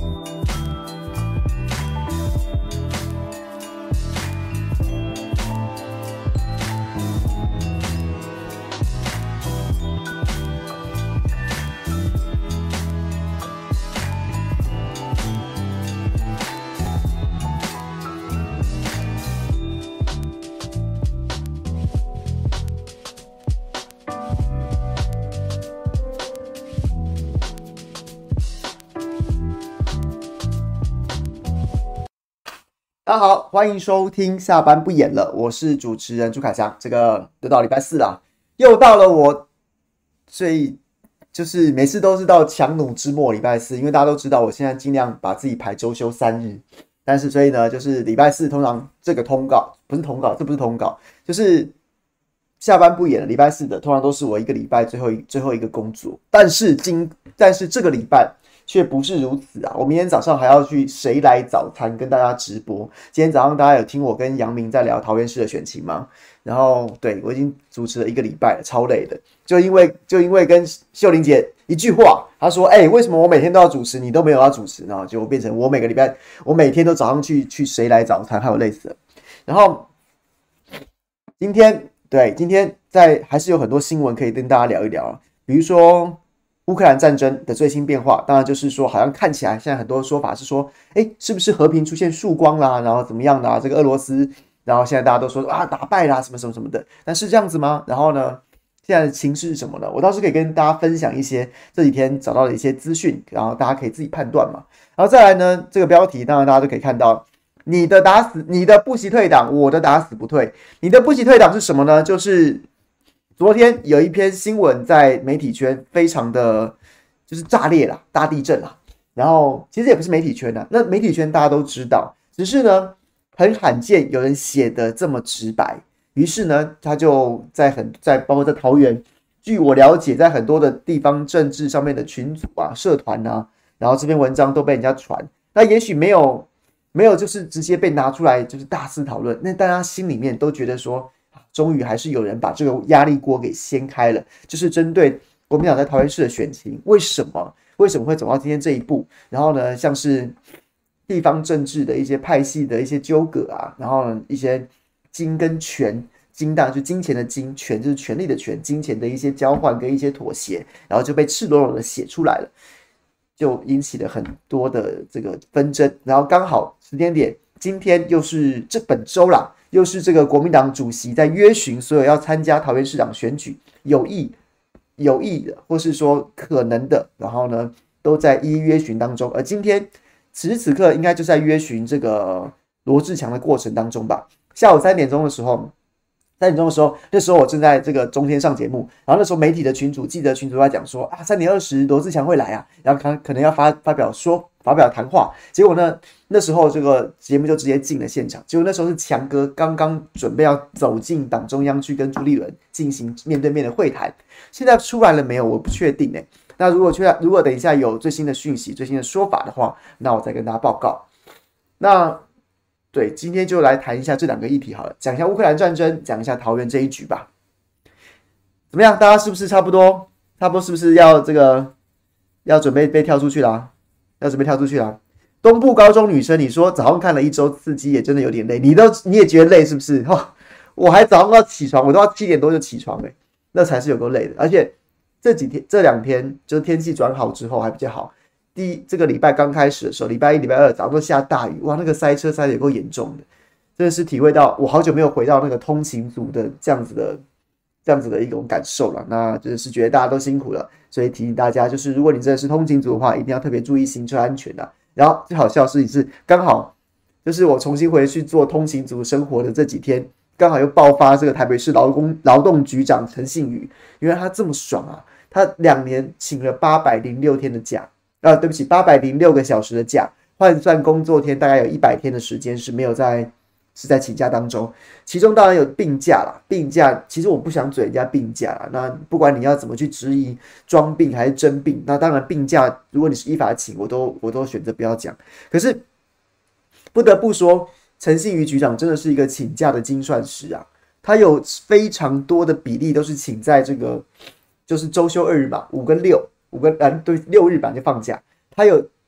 大家好，欢迎收听下班不演了，我是主持人朱凯翔。这个又到礼拜四啦，又到了我最就是每次都是到强弩之末礼拜四，因为大家都知道我现在尽量把自己排周休3日，但是所以呢，就是礼拜四通常这个通告不是通告，这不是通告，就是下班不演了。礼拜四的通常都是我一个礼拜最后一个工作，但是这个礼拜却不是如此啊！我明天早上还要去谁来早餐跟大家直播。今天早上大家有听我跟杨明在聊桃园市的选情吗？然后对我已经主持了1个礼拜了，超累的。就因为跟秀玲姐一句话，她说：“为什么我每天都要主持，你都没有要主持？”然后就变成我每天都早上去谁来早餐，还有累死了。然后今天还是有很多新闻可以跟大家聊一聊，比如说乌克兰战争的最新变化，当然就是说，好像看起来现在很多说法是说，是不是和平出现曙光啦？然后怎么样啦？这个俄罗斯，然后现在大家都说啊，打败啦，什么什么什么的。但是这样子吗？然后呢，现在的情势是什么呢？我倒是可以跟大家分享一些这几天找到的一些资讯，然后大家可以自己判断嘛。然后再来呢，这个标题当然大家都可以看到，你的不惜退党，我的打死不退。你的不惜退党是什么呢？就是昨天有一篇新闻在媒体圈非常的就是炸裂啦，大地震啦。然后其实也不是媒体圈啦，那媒体圈大家都知道，只是呢很罕见有人写的这么直白。于是呢，他就包括在桃园，据我了解，在很多的地方政治上面的群组啊、社团啊，然后这篇文章都被人家传。那也许没有就是直接被拿出来就是大肆讨论，那大家心里面都觉得说，终于还是有人把这个压力锅给掀开了，就是针对国民党在桃园市的选情，为什么会走到今天这一步？然后呢，像是地方政治的一些派系的一些纠葛啊，然后一些金跟权，金当然是金钱的金，权就是权力的权，金钱的一些交换跟一些妥协，然后就被赤裸裸的写出来了，就引起了很多的这个纷争。然后刚好时间点，今天又是本周啦。又是这个国民党主席在约询所有要参加桃园市长选举有意的，或是说可能的，然后呢都在一一约询当中。而今天此时此刻应该就在约询这个罗志强的过程当中吧。下午3点钟的时候，那时候我正在这个中天上节目，然后那时候媒体的群组、记者群组在讲说3点20罗志强会来啊，然后可能要发表谈话。结果呢，那时候这个节目就直接进了现场。结果那时候是强哥刚刚准备要走进党中央去跟朱立伦进行面对面的会谈，现在出来了没有？我不确定欸。那如果等一下有最新的讯息、最新的说法的话，那我再跟大家报告。那对，今天就来谈一下这2个议题好了，讲一下乌克兰战争，讲一下桃园这一局吧。怎么样？大家是不是差不多是不是要准备被跳出去啦？东部高中女生，你说早上看了1周刺激，也真的有点累，你也觉得累是不是？我还早上要起床，我都要7点多就起床那才是有够累的。而且这2天就是天气转好之后还比较好。这个礼拜刚开始的时候，礼拜1、礼拜2早上都下大雨，哇，那个塞车塞得有够严重的，真的是体会到我好久没有回到那个通勤族的这样子的一种感受了。那就是觉得大家都辛苦了，所以提醒大家，就是如果你真的是通勤族的话，一定要特别注意行车安全啦。然后最好笑的事情是，刚好就是我重新回去做通勤族生活的这几天，刚好又爆发这个台北市劳动局长陈信宇，因为他这么爽啊，他2年请了806天的假。对不起，806个小时的假，换算工作天大概有100天的时间是没有在请假当中，其中当然有病假啦。病假其实我不想嘴人家病假啦，那不管你要怎么去质疑装病还是真病，那当然病假如果你是依法请，我都选择不要讲。可是不得不说，陈信宇局长真的是一个请假的精算师啊，他有非常多的比例都是请在这个就是周休2日嘛，5跟6日吧就放假，他有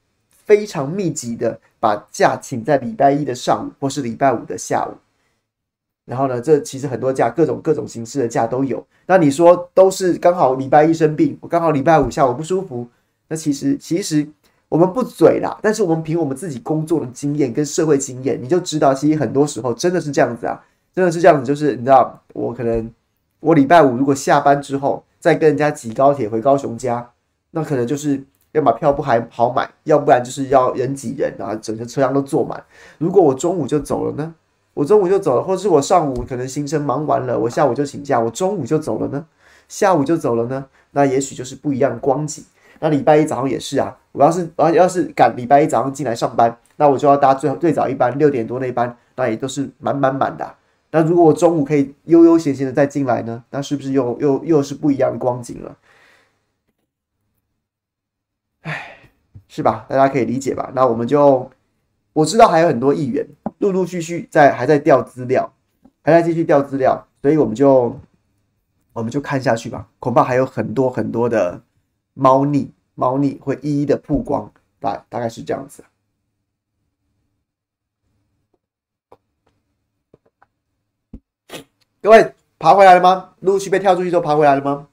非常密集的把假请在礼拜一的上午或是礼拜五的下午。然后呢，这其实很多假，各种形式的假都有。那你说都是刚好礼拜一生病，我刚好礼拜五下午不舒服，那其实我们不嘴啦，但是我们凭我们自己工作的经验跟社会经验，你就知道，其实很多时候真的是这样子啊，真的是这样子。就是你知道，我礼拜五如果下班之后再跟人家挤高铁回高雄家，那可能就是要么票不还好买，要不然就是要人挤人啊，整个车厢都坐满。如果我中午就走了呢？我中午就走了，或者是我上午可能行程忙完了，我下午就请假，我中午就走了呢？下午就走了呢？那也许就是不一样的光景。那礼拜一早上也是啊，我要是赶礼拜一早上进来上班，那我就要搭最早一班6点多那一班，那也都是满的啊。那如果我中午可以悠闲的再进来呢，那是不是又是不一样的光景了？唉，是吧？大家可以理解吧？那我知道还有很多议员陆续还在调资料，还在继续调资料，所以我们就看下去吧。恐怕还有很多的猫腻会一一的曝光，大概是这样子。各位爬回来了吗？陆续被跳出去之后爬回来了吗？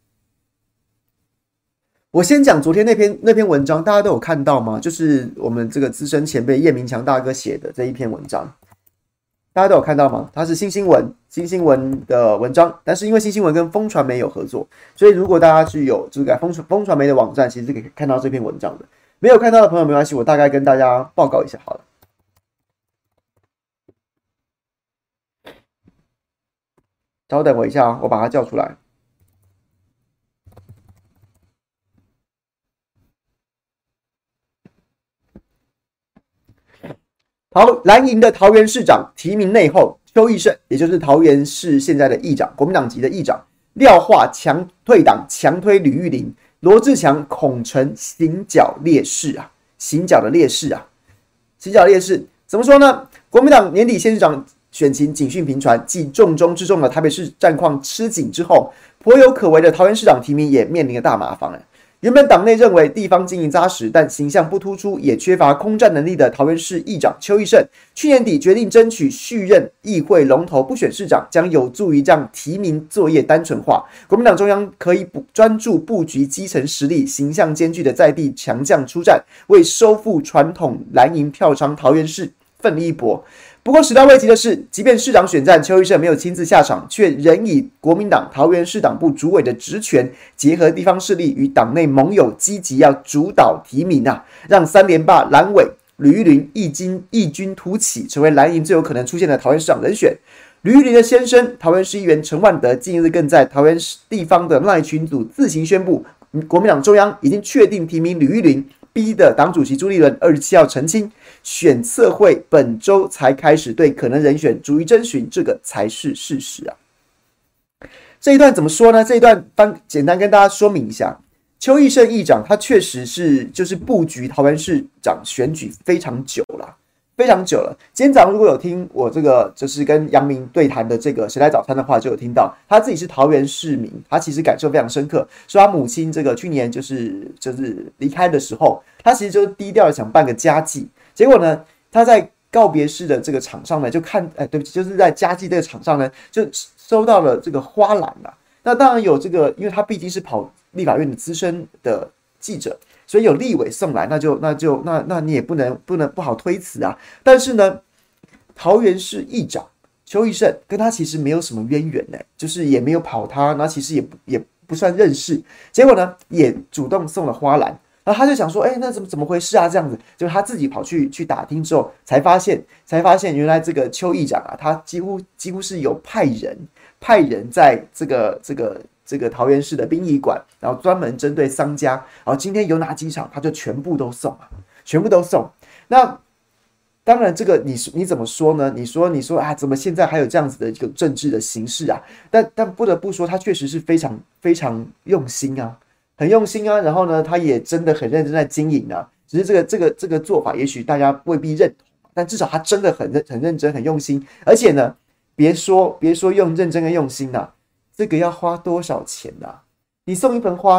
我先讲昨天那篇文章，大家都有看到吗？就是我们这个资深前辈叶明强大哥写的这一篇文章，大家都有看到吗？它是新新闻的文章，但是因为新新闻跟风传媒有合作，所以如果大家是有这个风传媒的网站，其实是可以看到这篇文章的。没有看到的朋友没关系，我大概跟大家报告一下好了。稍等我一下，我把它叫出来。蓝营的桃园市长提名内讧，邱奕胜，也就是桃园市现在的议长，国民党籍的议长，廖化强退党，强推吕玉玲，罗志强恐成行脚劣势啊，行脚的劣势啊，行脚劣势怎么说呢？国民党年底县市长选情警讯频传，继重中之重的台北市战况吃紧之后，颇有可为的桃园市长提名也面临了大麻烦了。原本党内认为地方经营扎实，但形象不突出，也缺乏空战能力的桃园市议长邱奕胜，去年底决定争取续任议会龙头不选市长，将有助于让提名作业单纯化。国民党中央可以专注布局基层实力、形象兼具的在地强将出战，为收复传统蓝营票仓桃园市奋力一搏。不过始料未及的是，即便市长选战邱奕胜没有亲自下场，却仍以国民党桃园市党部主委的职权，结合地方势力与党内盟友，积极要主导提名啊，让3连霸蓝委吕玉玲异军突起，成为蓝营最有可能出现的桃园市长人选。吕玉玲的先生桃园市议员陈万德近日更在桃园地方的赖群组自行宣布，国民党中央已经确定提名吕玉玲，逼的党主席朱立伦27号澄清，选测会本周才开始对可能人选逐一征询，这个才是事实啊。这一段怎么说呢？这一段简单跟大家说明一下，邱奕胜议长他确实是就是布局桃园市长选举非常久了。非常久了。今天早上如果有听我这个就是跟杨明对谈的这个谁来早餐的话，就有听到他自己是桃园市民，他其实感受非常深刻。说他母亲这个去年就是离开的时候，他其实就低调的想办个家祭，结果呢，他在告别式的这个场上呢，就看对不起，就是在家祭这个场上呢，就收到了这个花篮啦。那当然有这个，因为他毕竟是跑立法院的资深的记者。所以有立委送来，那你也不好推辞啊。但是呢，桃园市议长邱奕胜跟他其实没有什么渊源呢，就是也没有跑他，那其实也不算认识。结果呢，也主动送了花篮，然后他就想说，那怎么回事啊？这样子，就他自己跑去打听之后，才发现原来这个邱议长啊，他几乎是有派人在这个桃园市的殡仪馆，然后专门针对商家，然后今天有哪几场，他就全部都送啊，全部都送。那当然，这个你怎么说呢？你说啊，怎么现在还有这样子的一个政治的形式啊？但不得不说，他确实是非常非常用心啊，很用心啊。然后呢，他也真的很认真在经营啊。只是这个做法，也许大家未必认同，但至少他真的很认真、很用心。而且呢，别说用认真跟用心啊。这个要花多少钱啊？你送一盆花，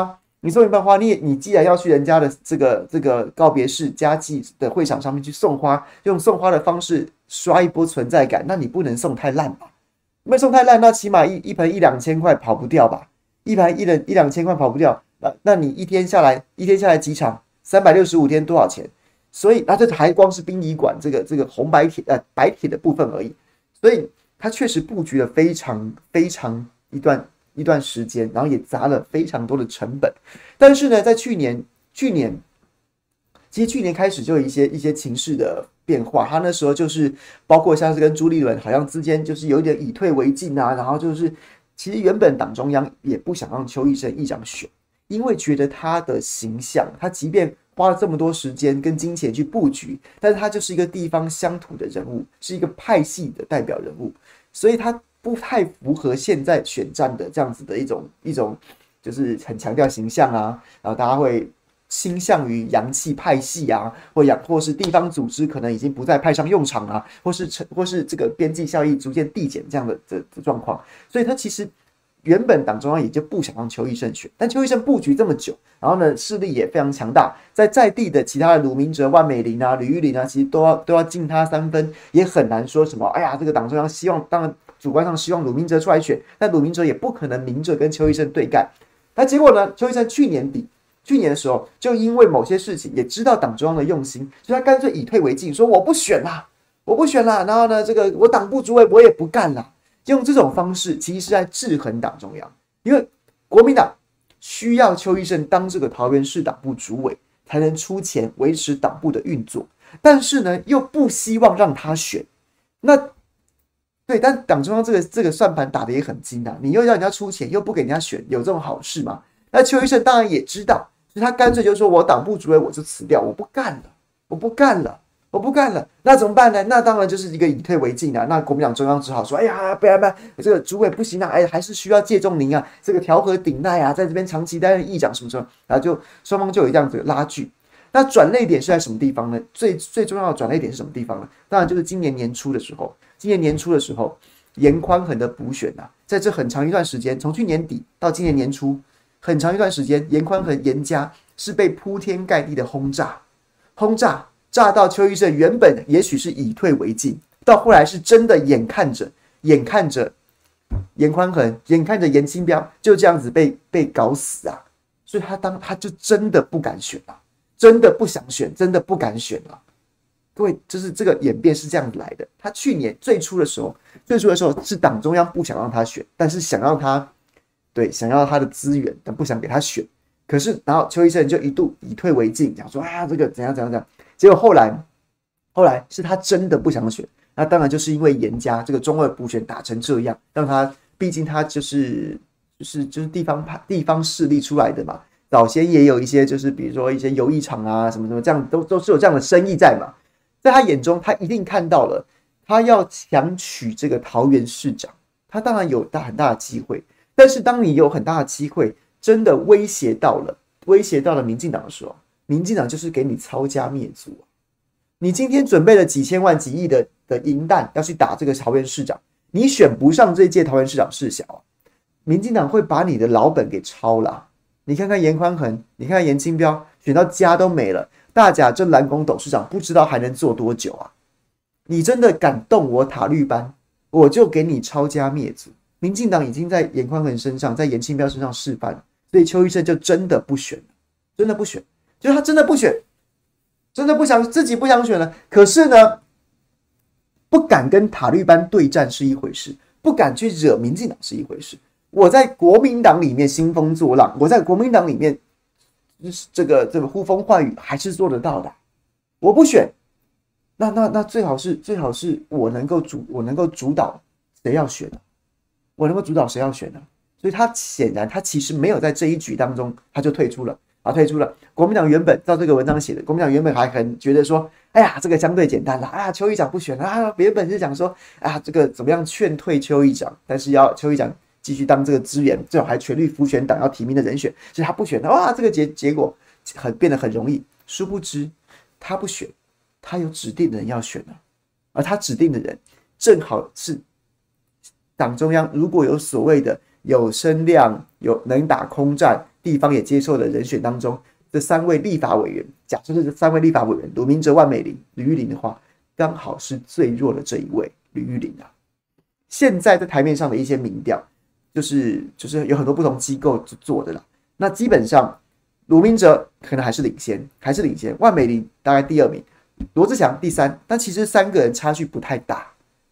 你送一瓣花，你既然要去人家的这个告别式家祭的会场上面去送花，用送花的方式刷一波存在感，那你不能送太烂吧？没送太烂，那起码一盆一两千块跑不掉吧？一盆一两千块跑不掉，那你一天下来几场，365天多少钱？所以这还光是殡仪馆这个红白铁白铁的部分而已，所以他确实布局了非常非常一段时间，然后也砸了非常多的成本。但是呢，在去年其实去年开始就有一些情势的变化，他那时候就是包括像是跟朱立伦好像之间就是有一点以退为进啊，然后就是其实原本党中央也不想让邱奕胜议长选，因为觉得他的形象，他即便花了这么多时间跟金钱去布局，但是他就是一个地方乡土的人物，是一个派系的代表人物，所以他不太符合现在选战的这样子的一种就是很强调形象啊，然后大家会倾向于洋气派系啊，或是地方组织可能已经不再派上用场啊，或是这个边际效益逐渐递减这样的状况，所以他其实原本党中央也就不想让邱奕胜选，但邱奕胜布局这么久，然后呢势力也非常强大，在地的其他的鲁明哲、万美玲啊、吕玉玲啊，其实都要敬他3分，也很难说什么。哎呀，这个党中央希望，当然主观上希望鲁明哲出来选，但鲁明哲也不可能明着跟邱奕胜对干。那结果呢？邱奕胜去年的时候，就因为某些事情也知道党中央的用心，所以他干脆以退为进，说我不选啦，我不选啦。然后呢，这个我党部主委我也不干啦。用这种方式其实是在制衡党中央，因为国民党需要邱奕胜当这个桃园市党部主委，才能出钱维持党部的运作，但是呢，又不希望让他选。那对，但党中央这个算盘打得也很精啊，你又要人家出钱，又不给人家选，有这种好事吗？那邱奕胜当然也知道，所以他干脆就说：“我党部主委我就辞掉，我不干了，我不干了。”我不干了，那怎么办呢？那当然就是一个以退为进啊。那国民党中央只好说：“哎呀，不然，这个主委不行啊，哎，还是需要借重您啊，这个调和鼎鼐啊，在这边长期担任议长什么什么。”然后就双方就有这样子的拉锯。那转捩点是在什么地方呢？最重要的转捩点是什么地方呢？当然就是今年年初的时候，严宽恒的补选啊，在这很长一段时间，从去年底到今年年初，很长一段时间，严宽恒严家是被铺天盖地的轰炸到邱奕胜原本也许是以退为进，到后来是真的眼看着严宽恒，眼看着严清标就这样子被搞死啊，所以他就真的不敢选了，真的不想选，真的不敢选了。各位，就是这个演变是这样子来的。他去年最初的时候是党中央不想让他选，但是想要他的资源，但不想给他选。可是然后邱奕胜就一度以退为进，讲说这个怎样。结果后来是他真的不想选，那当然就是因为严家这个中二补选打成这样，让他毕竟他就是地方势力出来的嘛，早先也有一些就是比如说一些游艺场啊什么这样都是有这样的生意在嘛，在他眼中他一定看到了，他要强取这个桃园市长，他当然有很大的机会，但是当你有很大的机会，真的威胁到了民进党的时候。民进党就是给你抄家灭族啊！你今天准备了几千万、几亿的银弹要去打这个桃园市长，你选不上这届桃园市长事小啊！民进党会把你的老本给抄了啊。你看看严宽恒，你看看严清标，选到家都没了，大甲镇蓝宫董事长不知道还能做多久啊！你真的敢动我塔绿班，我就给你抄家灭族。民进党已经在严宽恒身上，在严清标身上示范了，所以邱奕胜就真的不选了，真的不选。就是他真的不选，真的自己不想选了。可是呢，不敢跟塔绿班对战是一回事，不敢去惹民进党是一回事。我在国民党里面兴风作浪，我在国民党里面这个呼风唤雨还是做得到的。我不选，那最好是我能够主导谁要选的，我能够主导谁要选的。所以他显然他其实没有在这一局当中他就退出了。国民党原本照这个文章写的，国民党原本还很觉得说，哎呀，这个相对简单啦，邱议长不选啊，原本是讲说，这个怎么样劝退邱议长，但是要邱议长继续当这个资源，最好还全力辅选党要提名的人选，所以他不选，这个结果变得很容易。殊不知他不选，他有指定的人要选了，而他指定的人正好是党中央如果有所谓的有声量、有能打空战、 地方也接受的人选当中，这3位立法委员，假设是这3位立法委员，鲁明哲、万美玲、吕玉玲的话，刚好是最弱的这一位吕玉玲啊。现在在台面上的一些民调，就是有很多不同机构做的啦。那基本上，鲁明哲可能还是领先，万美玲大概第2名，罗志祥第3，但其实3个人差距不太大，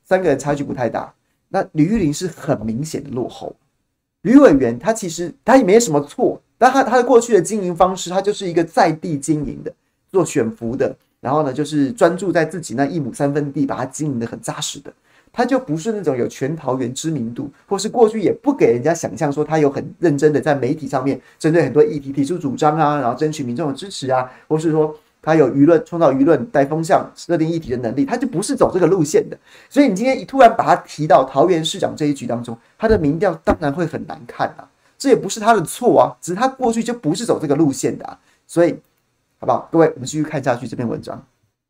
那吕玉玲是很明显的落后。吕委员他其实他也没什么错，但他的过去的经营方式，他就是一个在地经营的，做选服的，然后呢就是专注在自己那1亩3分地，把它经营的很扎实的。他就不是那种有全桃园知名度，或是过去也不给人家想象说他有很认真的在媒体上面针对很多议题提出主张啊，然后争取民众的支持啊，或是说他有创造舆论、带风向、设定议题的能力，他就不是走这个路线的。所以你今天突然把他提到桃园市长这一局当中，他的民调当然会很难看啊。这也不是他的错啊，只是他过去就不是走这个路线的啊。所以，好不好？各位，我们继续看下去这篇文章。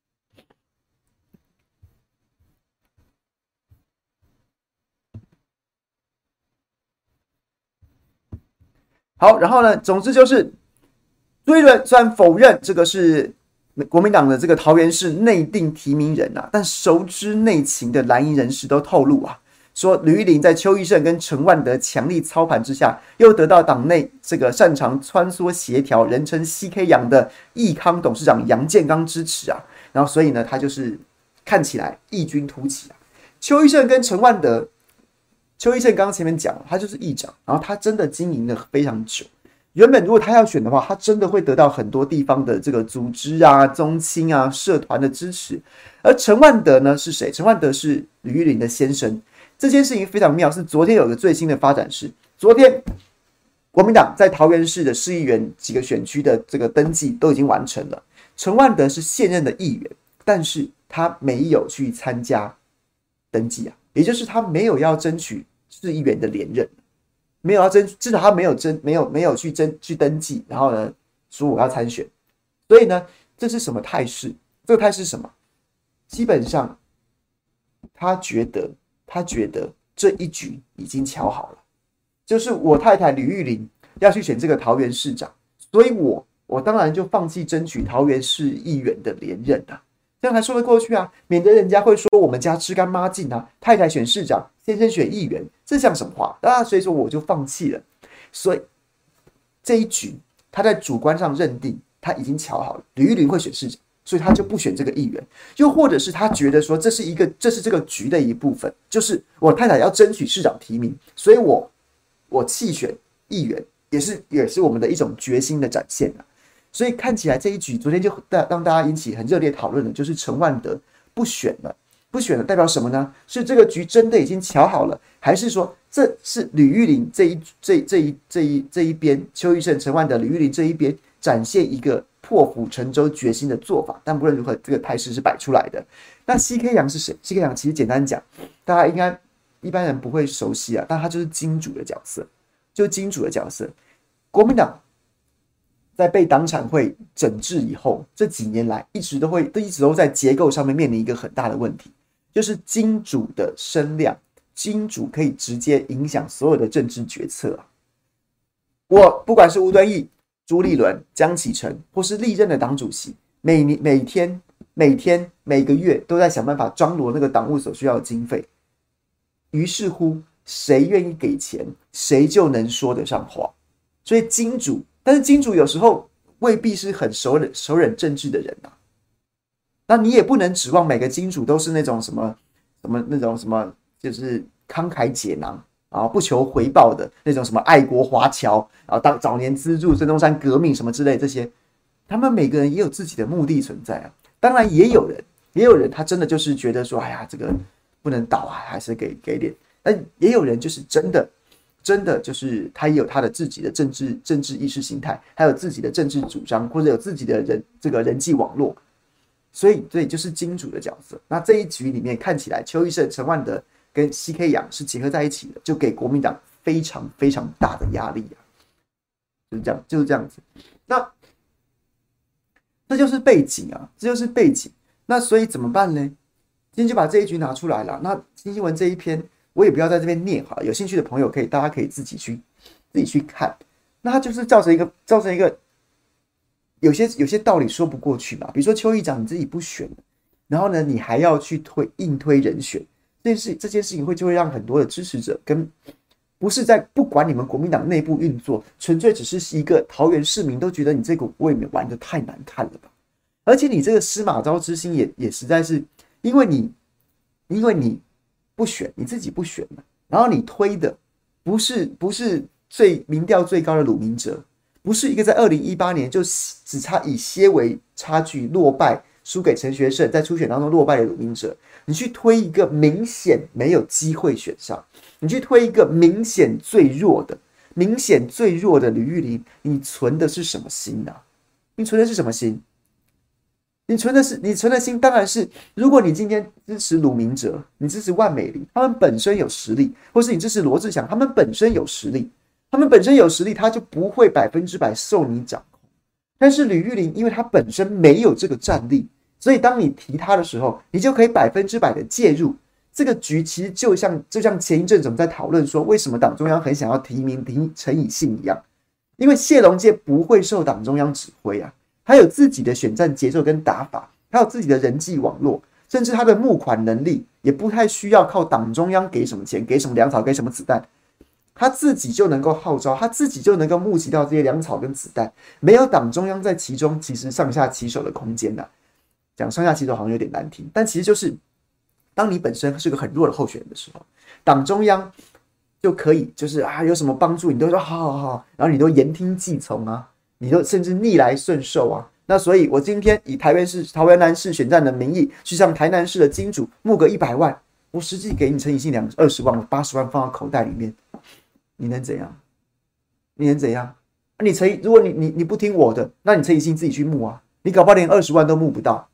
好，然后呢，总之就是朱立伦虽然否认这个是国民党的这个桃园市内定提名人啊，但熟知内情的蓝营人士都透露啊，说吕玉玲在邱奕胜跟陈万德强力操盘之下，又得到党内这个擅长穿梭协调、人称 CK 杨的益康董事长杨建刚支持啊，然后所以呢，他就是看起来异军突起啊。邱奕胜跟陈万德。邱奕胜刚刚前面讲，他就是议长，然后他真的经营了非常久。原本如果他要选的话，他真的会得到很多地方的这个组织啊、宗亲啊、社团的支持。而陈万德呢是谁？陈万德是吕玉玲的先生。这件事情非常妙，是昨天有个最新的发展是，昨天国民党在桃园市的市议员几个选区的这个登记都已经完成了。陈万德是现任的议员，但是他没有去参加登记啊。也就是他没有要争取市议员的连任，没有要争，至少他没有去登记，然后呢说我要参选，所以呢这是什么态势？这个态势是什么？基本上他觉得这一局已经瞧好了，就是我太太吕玉玲要去选这个桃园市长，所以我当然就放弃争取桃园市议员的连任啊。这样才说得过去啊，免得人家会说我们家吃干妈净啊，太太选市长，先生选议员，这像什么话啊？所以说我就放弃了。所以这一局他在主观上认定他已经瞧好了，吕玉玲会选市长，所以他就不选这个议员。又或者是他觉得说这是这个局的一部分，就是我太太要争取市长提名，所以我弃选议员，也是我们的一种决心的展现啊。所以看起来这一局昨天就让大家引起很热烈讨论的，就是陈万德不选了，代表什么呢？是这个局真的已经瞧好了，还是说这是吕玉玲这一边，邱奕胜、陈万德、吕玉玲这一边展现一个破釜沉舟决心的做法？但不论如何，这个态势是摆出来的。那 CK 杨是谁 ？CK 杨其实简单讲，大家应该一般人不会熟悉啊，但他就是金主的角色，国民党在被党产会整治以后，这几年来一直都在结构上面面临一个很大的问题，就是金主的声量，金主可以直接影响所有的政治决策啊。我不管是吴敦义、朱立伦、江启臣，或是历任的党主席，每天、每个月都在想办法张罗那个党务所需要的经费，于是乎，谁愿意给钱，谁就能说得上话。所以金主。但是金主有时候未必是很熟稔政治的人啊，那你也不能指望每个金主都是那种什么那种什么，就是慷慨解囊啊，不求回报的那种什么爱国华侨啊，当早年资助孙中山革命什么之类这些，他们每个人也有自己的目的存在啊。当然也有人他真的就是觉得说，哎呀，这个不能倒啊，还是给点。但也有人就是真的就是他也有他的自己的政治意识形态，还有自己的政治主张，或者有自己的人际网络，所以就是金主的角色。那这一局里面看起来，邱奕胜、陈万德跟 CK 杨是结合在一起的，就给国民党非常非常大的压力啊，就是这样子。那这就是背景啊，那所以怎么办呢？今天就把这一局拿出来了。那新闻这一篇。我也不要在这边念好了，有兴趣的朋友大家可以自己去看。 那它就是造成一个有些道理说不过去嘛。比如说邱议长你自己不选，然后呢你还要去硬推人选，这件事情就会让很多的支持者跟不是在不管你们国民党内部运作，纯粹只是一个桃园市民都觉得你这个未免玩得太难看了吧。而且你这个司马昭之心也实在是，因为你不选，你自己不选嘛，然后你推的不是民调最高的鲁明哲，不是一个在2018年就只差以些微差距落败输给陈学圣，在初选当中落败的鲁明哲，你去推一个明显没有机会选上，你去推一个明显最弱的吕玉玲，你存的是什么心啊？你存的是什么心？你存的心当然是，如果你今天支持鲁明哲，你支持万美玲，他们本身有实力，或是你支持罗志祥，他们本身有实力，他就不会100%受你掌控。但是吕玉玲，因为他本身没有这个战力，所以当你提他的时候，你就可以100%的介入这个局。其实就像前一阵子我们在讨论说，为什么党中央很想要提名陈以信一样，因为谢龙介不会受党中央指挥啊。他有自己的选战节奏跟打法，他有自己的人际网络，甚至他的募款能力也不太需要靠党中央给什么钱、给什么粮草、给什么子弹，他自己就能够号召，他自己就能够募集到这些粮草跟子弹，没有党中央在其中，其实上下其手的空间啊。讲上下其手好像有点难听，但其实就是当你本身是个很弱的候选人的时候，党中央就可以就是有什么帮助，你都说好，然后你都言听计从啊。你都甚至逆来顺受啊！那所以，我今天以桃园南市选战的名义，去向台南市的金主募个100万，我实际给你陈以信20万，我80万放到口袋里面，你能怎样？如果你不听我的，那你陈以信自己去募啊！你搞不好连20万都募不到，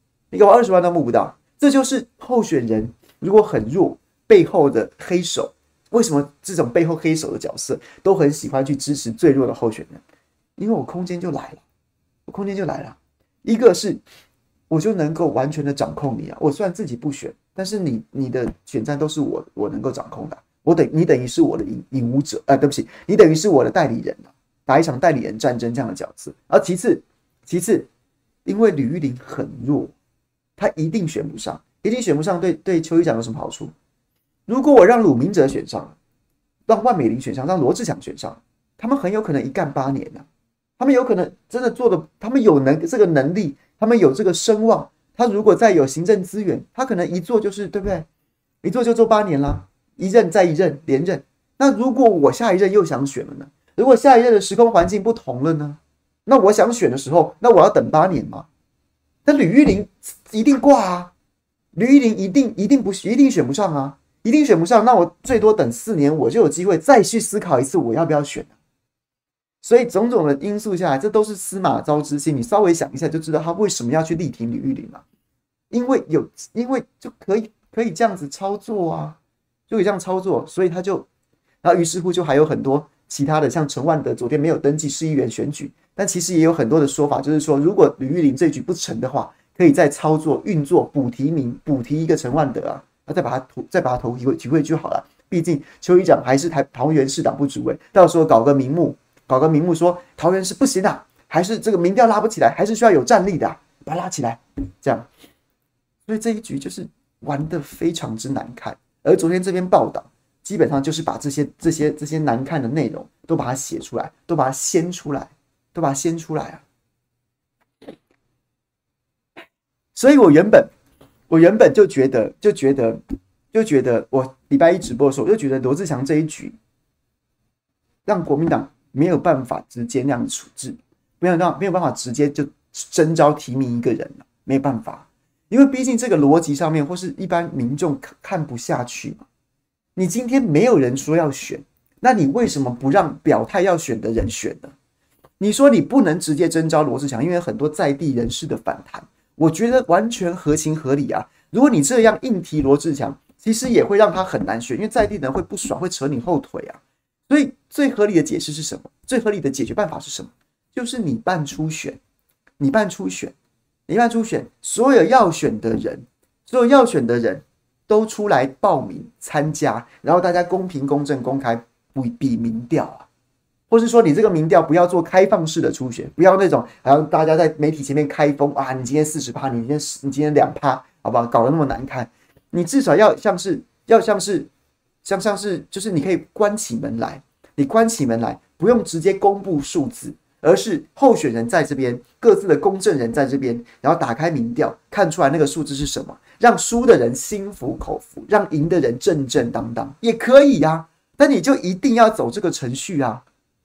这就是候选人如果很弱，背后的黑手。为什么这种背后黑手的角色都很喜欢去支持最弱的候选人？因为我空间就来了，一个是我就能够完全的掌控你啊！我虽然自己不选，但是你的选战都是我能够掌控的，你等于是我的引武者对不起，你等于是我的代理人打一场代理人战争这样的角色。而其次，因为吕玉玲很弱，他一定选不上，对邱议长有什么好处？如果我让鲁明哲选上了，让万美玲选上，让罗志祥选上，他们很有可能一干8年啊！他们有可能真的做的，他们有这个能力，他们有这个声望。他如果再有行政资源，他可能一做就是对不对？一做就做8年啦，一任再一任连任。那如果我下一任又想选了呢？如果下一任的时空环境不同了呢？那我想选的时候，那我要等8年吗？那吕玉玲一定挂啊！吕玉玲一定选不上啊！一定选不上，那我最多等4年，我就有机会再去思考一次我要不要选。所以种种的因素下来，这都是司马昭之心。你稍微想一下就知道他为什么要去力挺吕玉玲嘛？因为就可以这样子操作啊，就可以这样操作，所以他就，然后于是乎就还有很多其他的，像陈万德昨天没有登记市议员选举，但其实也有很多的说法，就是说如果吕玉玲这局不成的话，可以再操作运作补提一个陈万德啊，再把他投提回就好了。毕竟邱议长还是桃园市党部主委，到时候搞个名目说桃园市不行啊，还是这个民调拉不起来，还是需要有战力的把它拉起来，这样。所以这一局就是玩得非常之难看。而昨天这篇报道基本上就是把这些难看的内容都把它写出来，都把它掀出来啊。所以我原本就觉得我礼拜一直播的时候，我就觉得罗志祥这一局让国民党没有办法直接那样处置，没有办法直接就征召提名一个人了，没有办法，因为毕竟这个逻辑上面或是一般民众看不下去嘛。你今天没有人说要选，那你为什么不让表态要选的人选呢？你说你不能直接征召罗志祥，因为很多在地人士的反弹，我觉得完全合情合理啊。如果你这样硬提罗志祥，其实也会让他很难选，因为在地人会不爽，会扯你后腿啊。所以最合理的解释是什么？最合理的解决办法是什么？就是你办初选，所有要选的人都出来报名参加，然后大家公平、公正、公开比民调啊。 或是说你这个民调不要做开放式的初选，不要那种好像大家在媒体前面开封啊，你今天40%，你今天2%，好不好？搞得那么难看，你至少要像是就是你可以关起门来，你关起门来不用直接公布数字，而是候选人在这边，各自的公证人在这边，然后打开民调，看出来那个数字是什么，让输的人心服口服，让赢的人正正当当，也可以啊。但你就一定要走这个程序啊，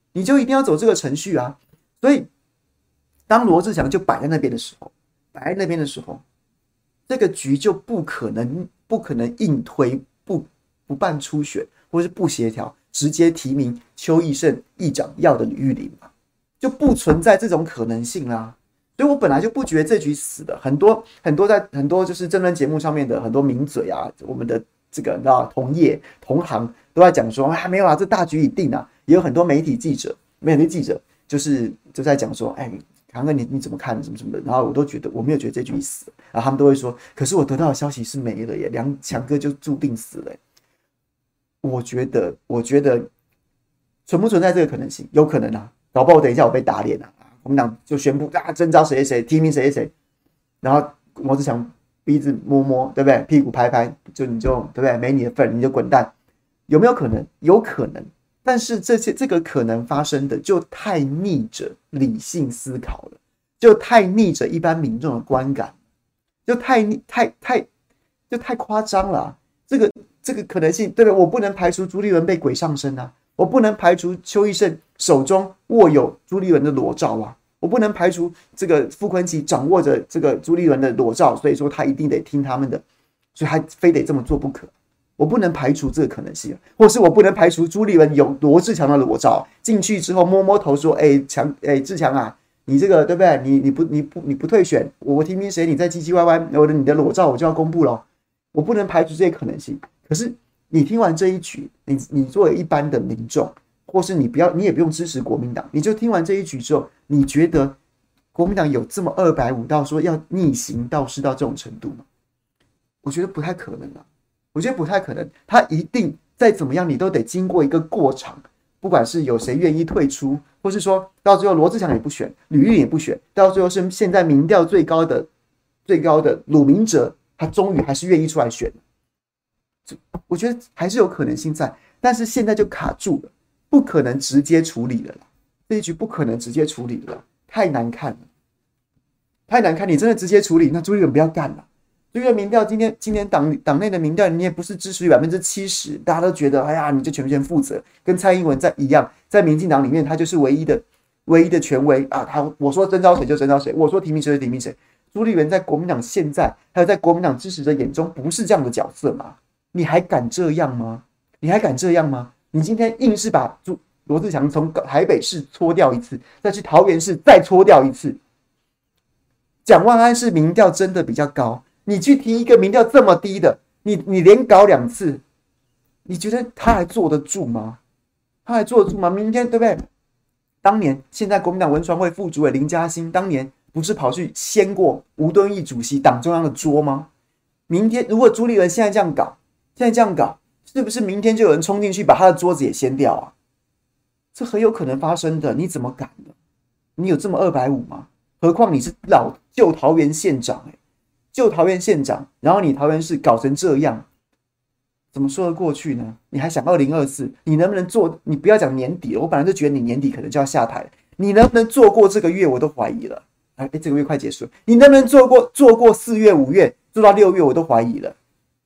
所以，当罗志祥就摆在那边的时候，这个局就不可能硬推不办初选，或是不协调，直接提名邱奕胜议长要的吕玉玲嘛，就不存在这种可能性啦。所以我本来就不觉得这局死的，很多就是政论节目上面的很多名嘴啊，我们的这个你知道同业同行都在讲说没有啦，这大局已定啊。也有很多媒体记者就在讲说，强哥你怎么看什么什么的，然后我都觉得我没有觉得这局死，然后他们都会说，可是我得到的消息是没了耶，强哥就注定死了耶。我觉得存不存在这个可能性？有可能啊，搞不好等一下我被打脸啊，国民党就宣布征召谁谁谁，提名谁谁谁，然后罗志祥鼻子摸摸，对不对？屁股拍拍，你就对不对？没你的份，你就滚蛋。有没有可能？有可能，但是这个可能发生的就太逆着理性思考了，就太逆着一般民众的观感，就太夸张了啊。这个可能性，对不对？我不能排除朱立伦被鬼上身啊，我不能排除邱奕胜手中握有朱立伦的裸照啊，我不能排除这个傅昆萁掌握着这个朱立伦的裸照，所以说他一定得听他们的，所以他非得这么做不可。我不能排除这个可能性，或是我不能排除朱立伦有罗志强的裸照进去之后摸摸头说：“志强啊，你这个对不对？你不退选，我提名谁？你再唧唧歪歪，你的裸照我就要公布了。”我不能排除这些可能性。可是你听完这一局，你作为一般的民众，或是你也不用支持国民党，你就听完这一局之后，你觉得国民党有这么250到说要逆行倒是到这种程度吗？我觉得不太可能啊。我觉得不太可能，他一定再怎么样，你都得经过一个过场，不管是有谁愿意退出，或是说到最后罗志祥也不选，吕玉玲也不选，到最后是现在民调最高的鲁明哲，他终于还是愿意出来选。我觉得还是有可能性在，但是现在就卡住了，不可能直接处理了啦，这一局不可能直接处理了，太难看了，太难看，你真的直接处理，那朱立伦不要干了。因为民调今年党内的民调，你也不是支持率70%，大家都觉得，哎呀，你就全权负责，跟蔡英文一样，在民进党里面，他就是唯一的权威啊。我说征召谁就征召谁，我说提名谁就提名谁。朱立伦在国民党现在，还有在国民党支持者眼中，不是这样的角色吗？你还敢这样吗？你今天硬是把罗志祥从台北市搓掉一次，再去桃园市再搓掉一次。蒋万安是民调真的比较高。你去提一个民调这么低的，你连搞2次，你觉得他还坐得住吗？明天对不对？当年现在国民党文传会副主委林佳馨，当年不是跑去掀过吴敦义主席党中央的桌吗？明天如果朱立伦现在这样搞，是不是明天就有人冲进去把他的桌子也掀掉啊？这很有可能发生的，你怎么敢呢？你有这么250吗？何况你是旧桃园县长旧桃园县长，然后你桃园市搞成这样，怎么说得过去呢？你还想2024？你能不能做？你不要讲年底了，我本来就觉得你年底可能就要下台了。你能不能做过这个月？我都怀疑了。这个月快结束了，你能不能做过4月、5月，做到6月？我都怀疑了，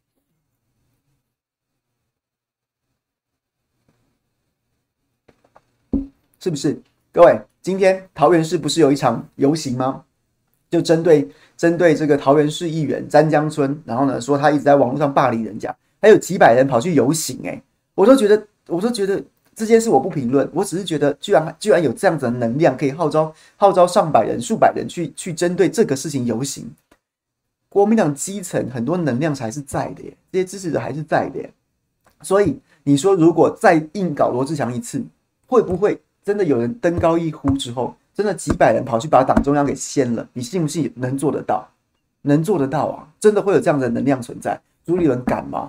是不是？各位，今天桃园市不是有一场游行吗？就针对这个桃园市议员詹江村，然后呢说他一直在网络上霸凌人家，还有几百人跑去游行我都觉得这件事我不评论，我只是觉得居然有这样子的能量，可以号召上百人、数百人去针对这个事情游行。国民党基层很多能量还是在的耶，这些支持者还是在的耶。所以你说如果再硬搞罗志祥一次，会不会真的有人登高一呼之后？真的几百人跑去把党中央给掀了，你信不信能做得到？能做得到啊！真的会有这样的能量存在？朱立伦敢吗？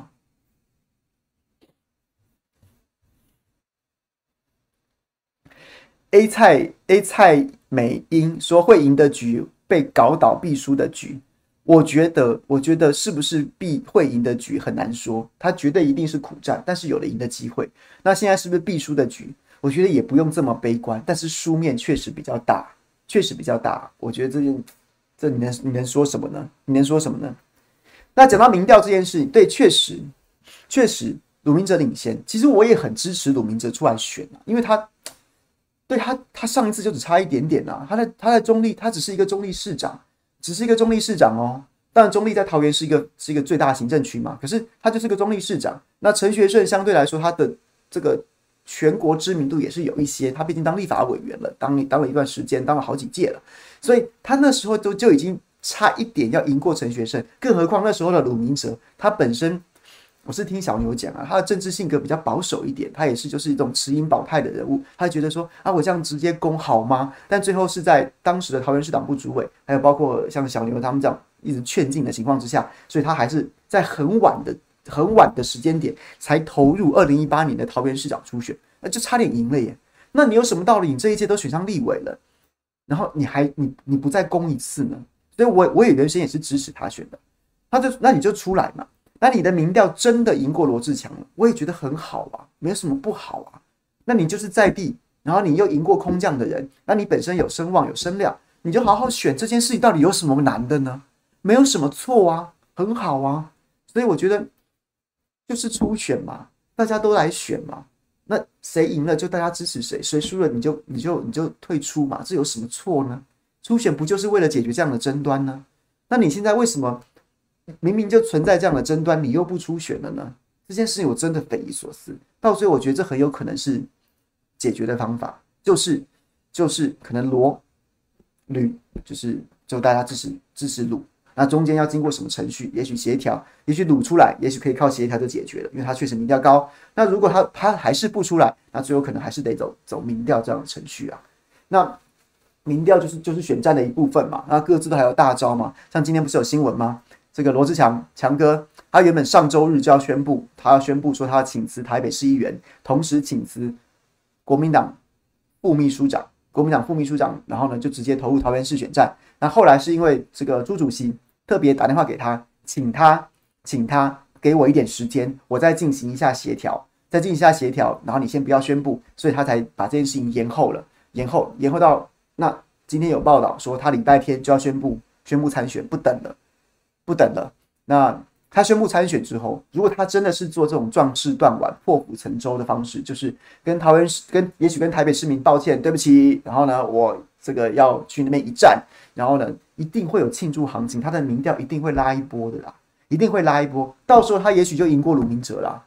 蔡美英说会赢的局被搞倒必输的局，我觉得是不是会赢的局很难说，他绝对一定是苦战，但是有了赢的机会。那现在是不是必输的局？我觉得也不用这么悲观，但是输面确实比较大，确实比较大。我觉得这你能说什么呢？你能说什么呢？那讲到民调这件事，对，确实鲁明哲领先。其实我也很支持鲁明哲出来选啊，因为他上一次就只差一点点啊，他在中立，他只是一个中立市长，哦。当然，中立在桃园是一个最大行政区嘛，可是他就是个中立市长。那陈学圣相对来说，他的这个全国知名度也是有一些，他毕竟当立法委员了，当了一段时间，当了好几届了，所以他那时候就已经差一点要赢过陈学圣，更何况那时候的鲁明哲，他本身。我是听小牛讲啊，他的政治性格比较保守一点，他也是就是一种持盈保泰的人物，他觉得说啊，我这样直接攻好吗？但最后是在当时的桃园市党部主委，还有包括像小牛他们这样一直劝进的情况之下，所以他还是在很晚的时间点才投入2018年的桃园市长初选，那就差点赢了耶。那你有什么道理？你这一届都选上立委了，然后你不再攻一次呢？所以我也原先也是支持他选的，那你就出来嘛。那你的民调真的赢过罗智强了，我也觉得很好啊，没有什么不好啊。那你就是在地，然后你又赢过空降的人，那你本身有声望有声量，你就好好选。这件事情到底有什么难的呢？没有什么错啊，很好啊。所以我觉得就是初选嘛，大家都来选嘛。那谁赢了就大家支持谁，谁输了你就退出嘛，这有什么错呢？初选不就是为了解决这样的争端呢？那你现在为什么？明明就存在这样的争端，你又不初选了呢？这件事情我真的匪夷所思。到最后，我觉得这很有可能是解决的方法，就是可能吕就大家支持鲁，那中间要经过什么程序？也许协调，也许鲁出来，也许可以靠协调就解决了，因为他确实民调高。那如果他还是不出来，那最后可能还是得走民调这样的程序啊。那民调就是选战的一部分嘛，那各自都还有大招嘛。像今天不是有新闻吗？这个罗智强哥，他原本上周日就要宣布，说他要请辞台北市议员，同时请辞国民党副秘书长，然后呢就直接投入桃园市选战。那后来是因为这个朱主席特别打电话给他，请他给我一点时间，我再进行一下协调，然后你先不要宣布，所以他才把这件事情延后到那今天有报道说他礼拜天就要宣布参选，不等了。那他宣布参选之后，如果他真的是做这种壮士断腕、破釜沉舟的方式，就是也许跟台北市民道歉，对不起，然后呢，我这个要去那边一战，然后呢，一定会有庆祝行情，他的民调一定会拉一波的啦，一定会拉一波。到时候他也许就赢过鲁明哲啦，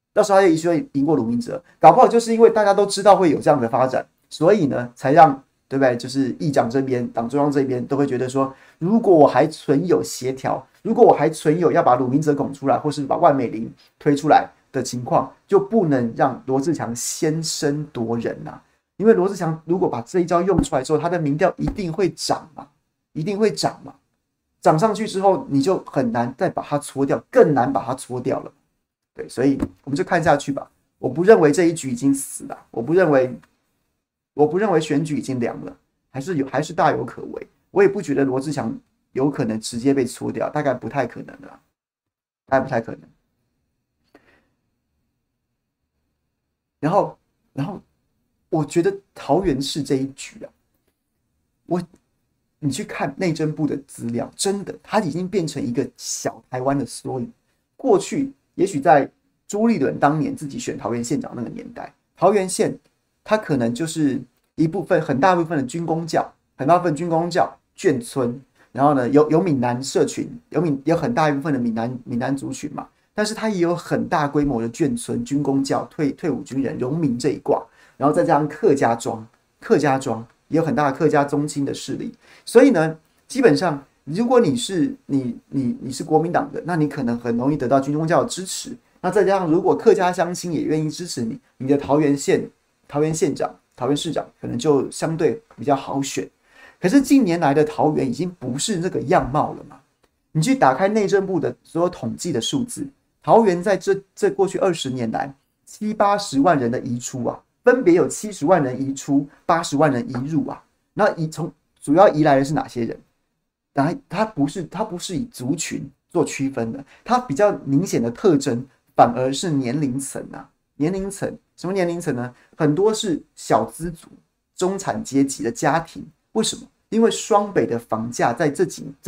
搞不好就是因为大家都知道会有这样的发展，所以呢，才让。对不对？就是议长这边、党中央这边都会觉得说，如果我还存有协调，如果我还存有要把鲁明哲拱出来，或是把万美玲推出来的情况，就不能让罗智强先声夺人啊！因为罗智强如果把这一招用出来之后，他的民调一定会涨嘛，涨上去之后，你就很难再把它搓掉，更难把它搓掉了。对，所以我们就看下去吧。我不认为这一局已经死了，我不认为选举已经凉了，还是大有可为。我也不觉得罗智强有可能直接被搓掉，大概不太可能了，大概不太可能。然后我觉得桃园市这一局啊，你去看内政部的资料，真的，它已经变成一个小台湾的缩影。过去也许在朱立伦当年自己选桃园县长那个年代，桃园县。它可能就是很大部分的军公教眷村，然后呢有闽南社群，有很大一部分的闽南族群嘛，但是它也有很大规模的眷村、军公教、退伍军人、农民这一挂，然后再加上客家庄也有很大的客家宗亲的势力，所以呢，基本上如果你是国民党的，那你可能很容易得到军公教的支持，那再加上如果客家乡亲也愿意支持你，你的桃园县长、桃园市长可能就相对比较好选。可是近年来的桃园已经不是这个样貌了嘛？你去打开内政部的所有统计的数字，桃园在这过去20年来，70-80万人的移出啊， 分别有70万人移出，80万人移入啊。那主要移来的是哪些人？当然，它不是以族群做区分的，它比较明显的特征反而是年龄层啊。年龄层什么年龄层呢？很多是小资族、中产阶级的家庭。为什么？因为双北的房价在这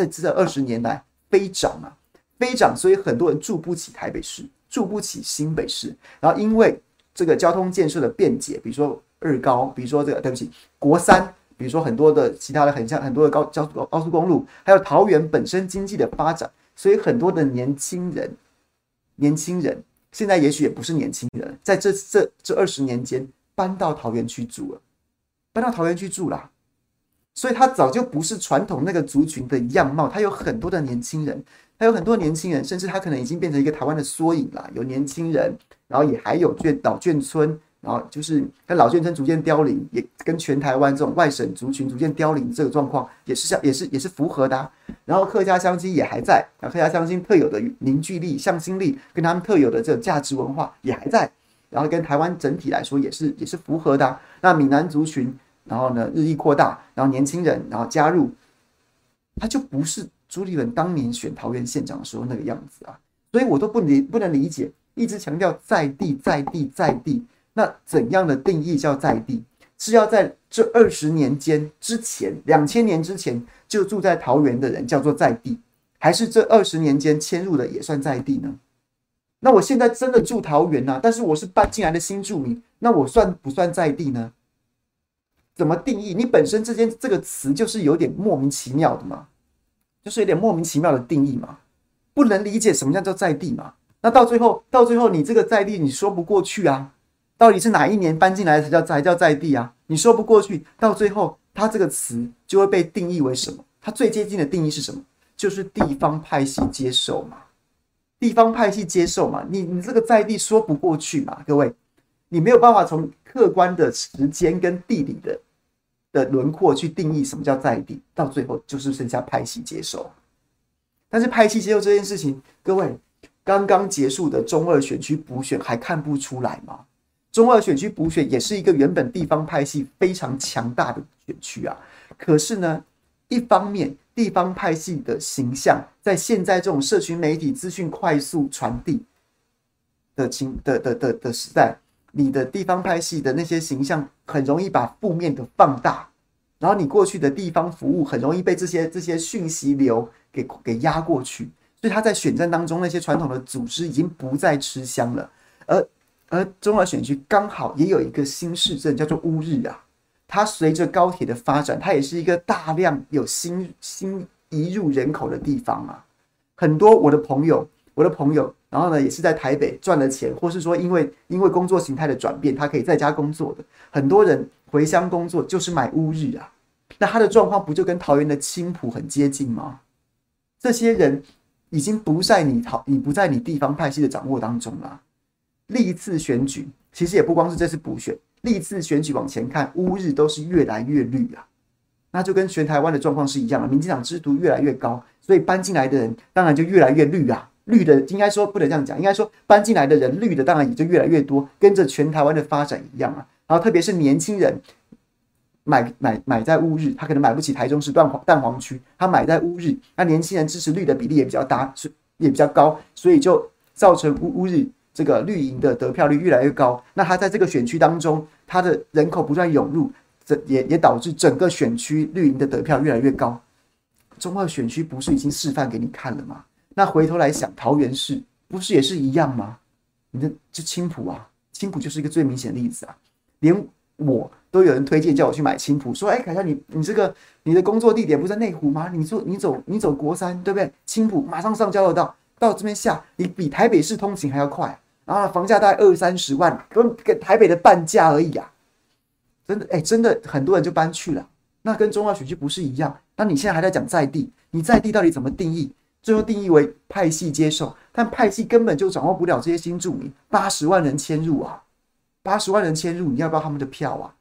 20年来飞涨啊，飞涨，所以很多人住不起台北市，住不起新北市。然后因为这个交通建设的便捷，比如说二高，比如说对不起，国三。比如说很多的其他的很多的高速公路，还有桃园本身经济的发展，所以很多的年轻人现在也许也不是年轻人，在这20年间搬到桃园去住了，搬到桃园去住啦，所以他早就不是传统那个族群的样貌，他有很多的年轻人，甚至他可能已经变成一个台湾的缩影啦，有年轻人，然后也还有老眷村。然后就是跟老眷村逐渐凋零，也跟全台湾这种外省族群逐渐凋零这个状况也是符合的啊。然后客家乡亲也还在，客家乡亲特有的凝聚力、向心力，跟他们特有的这种价值文化也还在，然后跟台湾整体来说也是符合的啊。那闽南族群，然后呢日益扩大，然后年轻人然后加入，他就不是朱立伦当年选桃园县长的时候那个样子啊。所以我都不能理解，一直强调在地。那怎样的定义叫在地？是要在这20年间之前，2000年之前就住在桃园的人叫做在地，还是这20年间迁入的也算在地呢？那我现在真的住桃园啊，但是我是搬进来的新住民，那我算不算在地呢？怎么定义？你本身之间这个词就是有点莫名其妙的嘛，就是有点莫名其妙的定义嘛，不能理解什么叫做在地嘛。那到最后你这个在地你说不过去啊。到底是哪一年搬进来才叫在地啊？你说不过去，到最后它这个词就会被定义为什么？它最接近的定义是什么？就是地方派系接受嘛。地方派系接受嘛，你这个在地说不过去嘛，各位，你没有办法从客观的时间跟地理的轮廓去定义什么叫在地，到最后就是剩下派系接受。但是派系接受这件事情，各位刚刚结束的中二选区补选还看不出来吗？中二选区补选也是一个原本地方派系非常强大的选区啊，可是呢，一方面地方派系的形象在现在这种社群媒体资讯快速传递的时代，你的地方派系的那些形象很容易把负面的放大，然后你过去的地方服务很容易被这些讯息流给压过去，所以他在选战当中那些传统的组织已经不再吃香了，而中二选区刚好也有一个新市镇叫做乌日啊，它随着高铁的发展，它也是一个大量有新移入人口的地方啊。很多我的朋友，然后呢也是在台北赚了钱，或是说因为工作形态的转变，他可以在家工作的，很多人回乡工作就是买乌日啊。那他的状况不就跟桃园的青埔很接近吗？这些人已经不在你地方派系的掌握当中了。历次选举其实也不光是这次补选，历次选举往前看，乌日都是越来越绿啊，那就跟全台湾的状况是一样的，民进党支持度越来越高，所以搬进来的人当然就越来越绿啊。绿的应该说不能这样讲，应该说搬进来的人绿的当然也就越来越多，跟着全台湾的发展一样啊。然后特别是年轻人买在乌日，他可能买不起台中市蛋黄区，他买在乌日，那年轻人支持绿的比例也比较大，也比较高，所以就造成乌日这个绿营的得票率越来越高。那他在这个选区当中，他的人口不断涌入，也导致整个选区绿营的得票越来越高。中二选区不是已经示范给你看了吗？那回头来想，桃园市不是也是一样吗？你的就青埔啊，青埔就是一个最明显的例子啊。连我都有人推荐叫我去买青埔，说：“哎，凯翔，你的工作地点不是在内湖吗？你走国三，对不对？青埔马上上交流道，到这边下，你比台北市通勤还要快。然后房价大概20-30万，跟台北的半价而已啊！真的很多人就搬去了。那跟中二选区不是一样？那你现在还在讲在地，你在地到底怎么定义？最后定义为派系接受，但派系根本就掌握不了这些新住民，80万人迁入啊，80万人迁入，你要不要他们的票啊？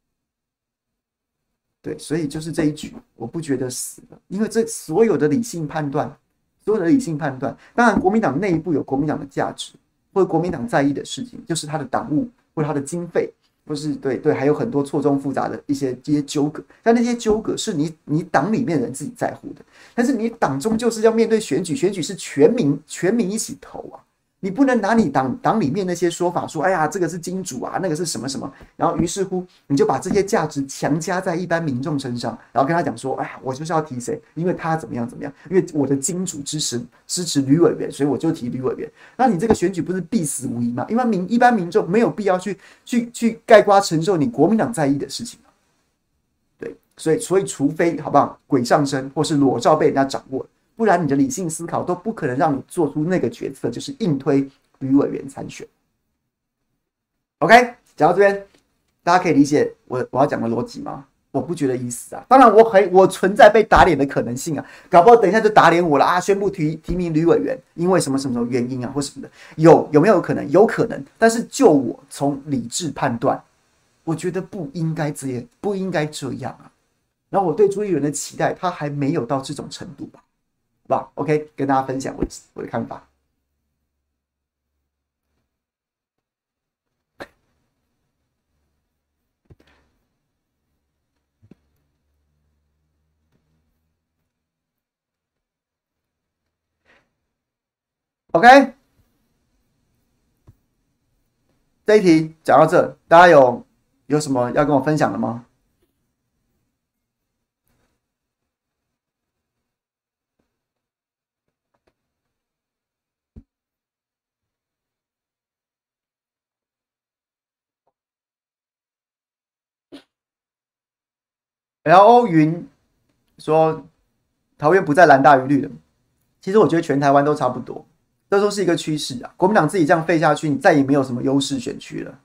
对，所以就是这一局，我不觉得死了，因为这所有的理性判断，当然国民党内部有国民党的价值，或者国民党在意的事情，就是他的党务或者他的经费， 或是对，还有很多错综复杂的一些纠葛，但那些纠葛是你党里面的人自己在乎的，但是你党终究是要面对选举，选举是全民一起投啊。你不能拿你党里面那些说法说，哎呀，这个是金主啊，那个是什么什么，然后于是乎你就把这些价值强加在一般民众身上，然后跟他讲说，哎呀，我就是要提谁，因为他怎么样怎么样，因为我的金主支持吕委员，所以我就提吕委员。那你这个选举不是必死无疑吗？因为一般民众没有必要去概括承受你国民党在意的事情啊。对，所以除非好不好，鬼上身或是裸照被人家掌握，不然你的理性思考都不可能让你做出那个决策，就是硬推吕委员参选。OK， 讲到这边，大家可以理解我要讲的逻辑吗？我不觉得意思啊，当然我存在被打脸的可能性啊，搞不好等一下就打脸我了啊，宣布提名吕委员，因为什么什么原因啊或什么的，有没有可能？有可能，但是就我从理智判断，我觉得不应该这样啊。然后我对朱立伦的期待，他还没有到这种程度吧，好吧 ？OK， 跟大家分享我的看法。OK，这一题讲到这，大家有什么要跟我分享的吗？LO 云说桃园不再蓝大于绿了，其实我觉得全台湾都差不多，这都是一个趋势啊。国民党自己这样废下去，你再也没有什么优势选区了。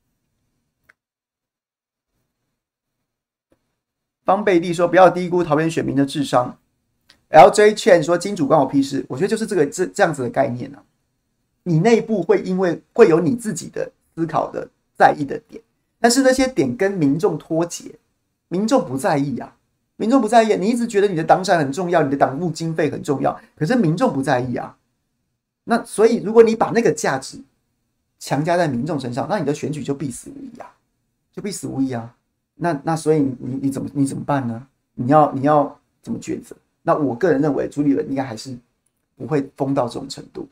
方贝蒂说不要低估桃园选民的智商。LJ Chen 说金主关我屁事，我觉得就是这样子的概念啊。你内部会有你自己的思考的在意的点，但是那些点跟民众脱节，民众不在意啊。民众不在意，你一直觉得你的党产很重要，你的党务经费很重要，可是民众不在意啊。那所以，如果你把那个价值强加在民众身上，那你的选举就必死无疑啊，就必死无疑啊。那所以你怎么办呢？你要怎么抉择？那我个人认为朱立伦应该还是不会疯到这种程度。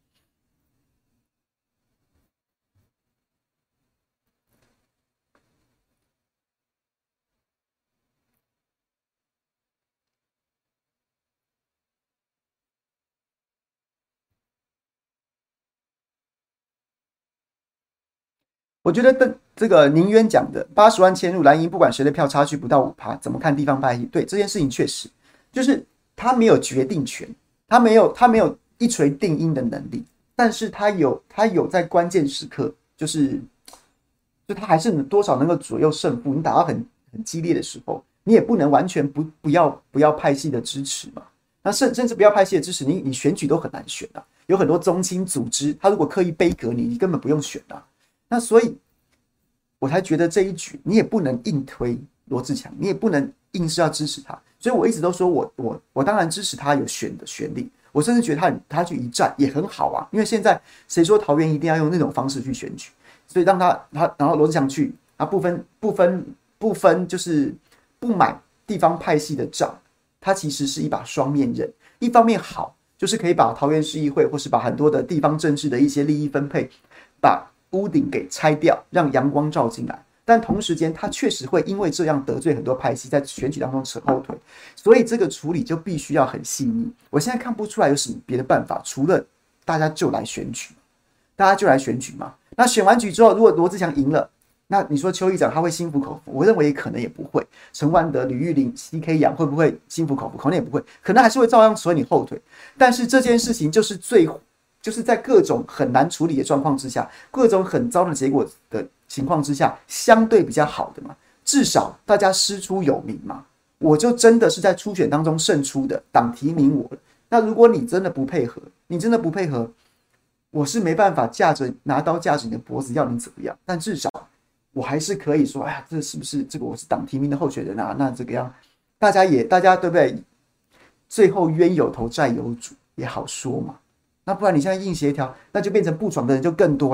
我觉得这个宁渊讲的80万迁入蓝营，不管谁的票差距不到5%，怎么看地方派系？对这件事情确实就是他没有决定权，他没有一锤定音的能力，但是他有在关键时刻，就他还是多少能够左右胜负。你打到很激烈的时候，你也不能完全不要派系的支持嘛。那甚至不要派系的支持，你选举都很难选啊。有很多宗亲组织，他如果刻意背革你，你根本不用选啊。那所以，我才觉得这一局你也不能硬推罗智强，你也不能硬是要支持他。所以我一直都说我当然支持他有选的权利，我甚至觉得他去一战也很好啊。因为现在谁说桃园一定要用那种方式去选举？所以让他然后罗智强去，他不分就是不买地方派系的账，他其实是一把双面刃。一方面好，就是可以把桃园市议会或是把很多的地方政治的一些利益分配，把屋顶给拆掉，让阳光照进来。但同时间，他确实会因为这样得罪很多派系，在选举当中扯后腿，所以这个处理就必须要很细腻。我现在看不出来有什么别的办法，除了大家就来选举，嘛。那选完举之后，如果罗智强赢了，那你说邱议长他会心服口服？我认为可能也不会。陈万德、吕玉玲、CK 杨会不会心服口服？可能也不会，可能还是会照样扯你后腿。但是这件事情就是在各种很难处理的状况之下，各种很糟的结果的情况之下，相对比较好的嘛，至少大家师出有名嘛。我就真的是在初选当中胜出的，党提名我了。那如果你真的不配合，我是没办法拿刀架着你的脖子要你怎么样。但至少我还是可以说，哎呀，这是不是这个我是党提名的候选人啊？那这个样，大家对不对？最后冤有头债有主也好说嘛。那不然你现在硬协调，那就变成不爽的人就更多啦。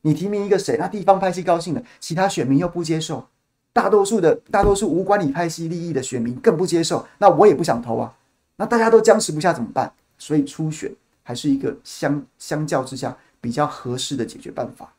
你提名一个谁，那地方派系高兴了，其他选民又不接受，大多数无关你派系利益的选民更不接受，那我也不想投啊，那大家都僵持不下怎么办？所以初选还是一个相较之下比较合适的解决办法。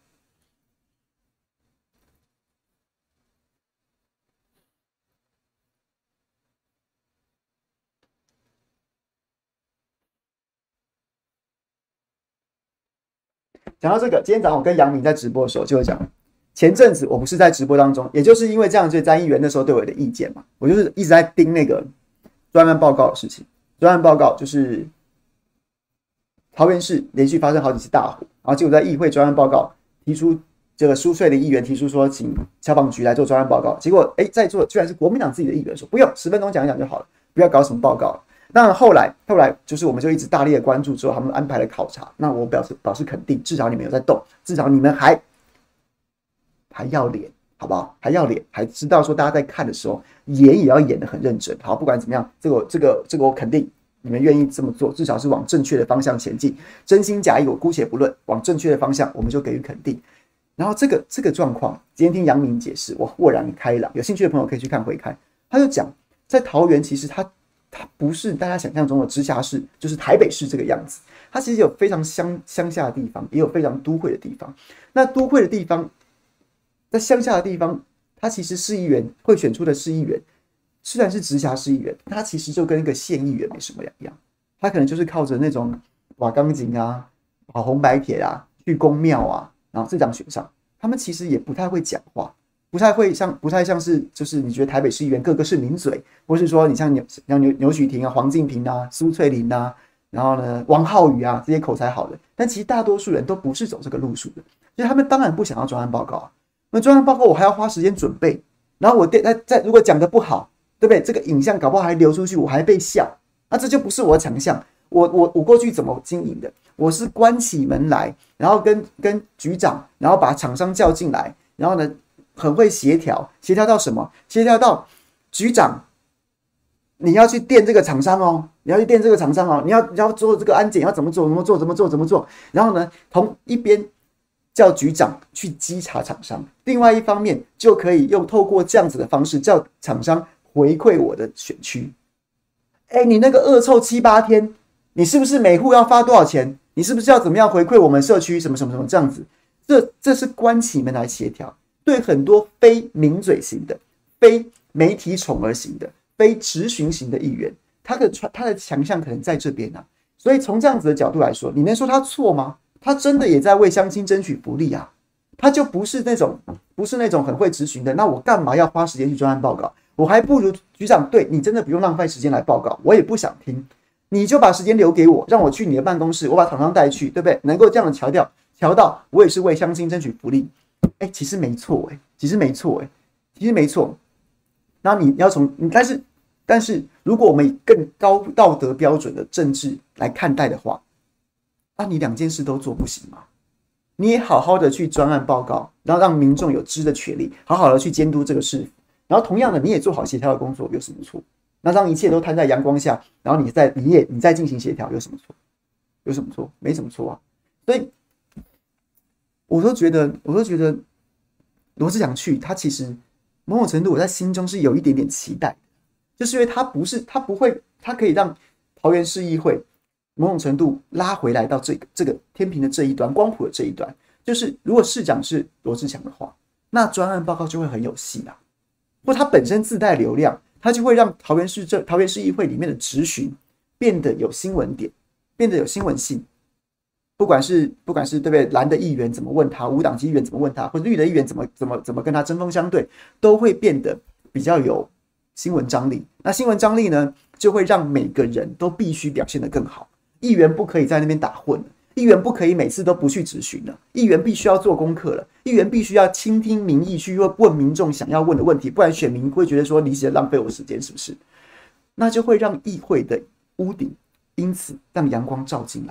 讲到这个，今天早上我跟杨明在直播的时候就会讲，前阵子我不是在直播当中，也就是因为这样，所以詹议员那时候对我的意见嘛，我就是一直在盯那个专案报告的事情。专案报告就是桃园市连续发生好几次大火，然后结果在议会专案报告提出这个疏税的议员提出说，请消防局来做专案报告，结果在座居然是国民党自己的议员说不用，10分钟讲一讲就好了，不要搞什么报告了。当然后来就是我们就一直大力的关注之后，他们安排了考察。那我表示肯定，至少你们有在动，至少你们还要脸，好不好？还要脸，还知道说大家在看的时候演也要演得很认真。好，不管怎么样，这个我肯定你们愿意这么做，至少是往正确的方向前进。真心假意我姑且不论，往正确的方向我们就给予肯定。然后这个状况，今天听杨明解释，我豁然开朗。有兴趣的朋友可以去看回看，他就讲在桃园其实它不是大家想象中的直辖市，就是台北市这个样子。它其实有非常乡下的地方，也有非常都会的地方。那都会的地方，在乡下的地方，它其实市议员会选出的市议员，虽然是直辖市议员，它其实就跟一个县议员没什么两样。他可能就是靠着那种瓦钢筋啊、跑红白铁啊、去公庙啊，然后这样选上。他们其实也不太会讲话。不太像是，就是你觉得台北市议员个个是名嘴，或是说你像牛许婷啊、黄敬平啊、苏翠玲啊，然后呢王浩宇啊这些口才好的，但其实大多数人都不是走这个路数的，所以他们当然不想要专案报告啊。那专案报告我还要花时间准备，然后我如果讲的不好，对不对？这个影像搞不好还流出去，我还被笑，那这就不是我的强项。我过去怎么经营的？我是关起门来，然后跟局长，然后把厂商叫进来，然后呢？很会协调到什么？协调到局长，你要去电这个厂商哦，你要去电这个厂商哦，你要做这个安检要怎么做？然后呢，同一边叫局长去稽查厂商，另外一方面就可以用透过这样子的方式叫厂商回馈我的选区。你那个恶臭7、8天，你是不是每户要发多少钱？你是不是要怎么样回馈我们社区？什么这样子？这是关起门来协调。对很多非名嘴型的、非媒体宠儿型的、非质询型的议员，他的强项可能在这边啊。所以从这样子的角度来说，你能说他错吗？他真的也在为乡亲争取福利啊。他就不是那种很会质询的。那我干嘛要花时间去专案报告？我还不如局长，对你真的不用浪费时间来报告，我也不想听。你就把时间留给我，让我去你的办公室，我把厂商带去，对不对？能够这样的调到我也是为乡亲争取福利。其实没错，其实没错。然后你要但是如果我们以更高道德标准的政治来看待的话，那你2件事都做不行吗？你也好好的去专案报告，然后让民众有知的权利，好好的去监督这个事。然后同样的，你也做好协调的工作，有什么错？那让一切都摊在阳光下，然后你再进行协调，有什么错？没什么错啊。所以我都觉得罗志祥去，他其实某种程度我在心中是有一点点期待的，就是因为他可以让桃园市议会某种程度拉回来到这个天平的这一端，光谱的这一端。就是如果市长是罗志祥的话，那专案报告就会很有戏啦，或他本身自带流量，他就会让桃园市议会里面的质询变得有新闻点，变得有新闻性。不管是对不对，蓝的议员怎么问他，无党籍议员怎么问他，或绿的议员怎么跟他针锋相对，都会变得比较有新闻张力。那新闻张力呢，就会让每个人都必须表现得更好。议员不可以在那边打混了，议员不可以每次都不去质询了，议员必须要做功课了，议员必须要倾听民意，去问民众想要问的问题，不然选民会觉得说你是浪费我时间，是不是？那就会让议会的屋顶因此让阳光照进来。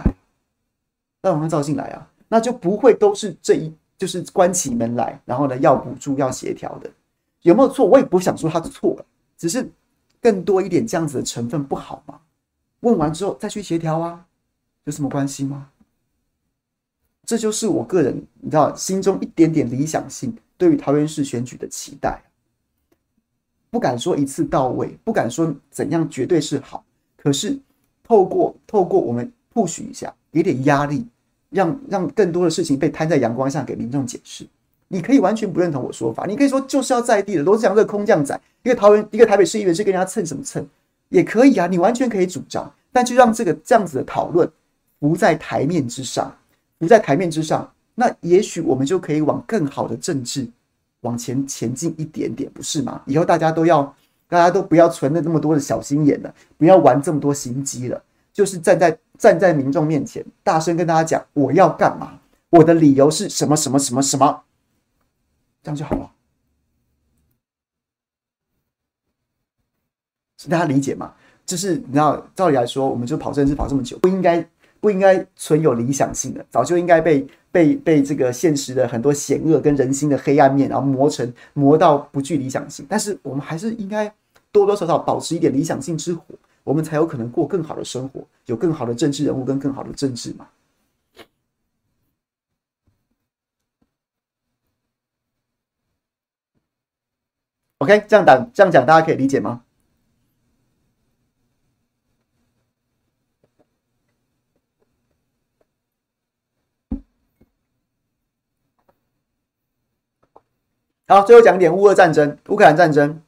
那就不会都是就是关起门来，然后呢要补助要协调的，有没有错？我也不想说他错了，只是更多一点这样子的成分不好吗？问完之后再去协调啊，有什么关系吗？ 这就是我个人你知道心中一点点理想性对于桃园市选举的期待。不敢说一次到位，不敢说怎样绝对是好，可是透过我们 push 一下，给点压力，让更多的事情被摊在阳光下给民众解释。你可以完全不认同我说法，你可以说就是要在地的，罗志祥这个空降仔，一个台北市议员是跟人家蹭什么蹭，也可以啊，你完全可以主张，但就让这样子的讨论浮在台面之上，那也许我们就可以往更好的政治往前进一点点，不是吗？以后大家都不要存了那么多的小心眼了，不要玩这么多心机了，就是站在民众面前，大声跟大家讲我要干嘛，我的理由是什么什么什么什么，这样就好了。大家理解吗？就是你知道，照理来说，我们就跑政治跑这么久，不应该存有理想性的，早就应该被这个现实的很多险恶跟人心的黑暗面，然后磨到不具理想性。但是我们还是应该多多少少保持一点理想性之火，我们才有可能过更好的生活，有更好的政治人物跟更好的政治嘛。OK， 这样讲大家可以理解吗？好，最后讲一点乌克兰战争，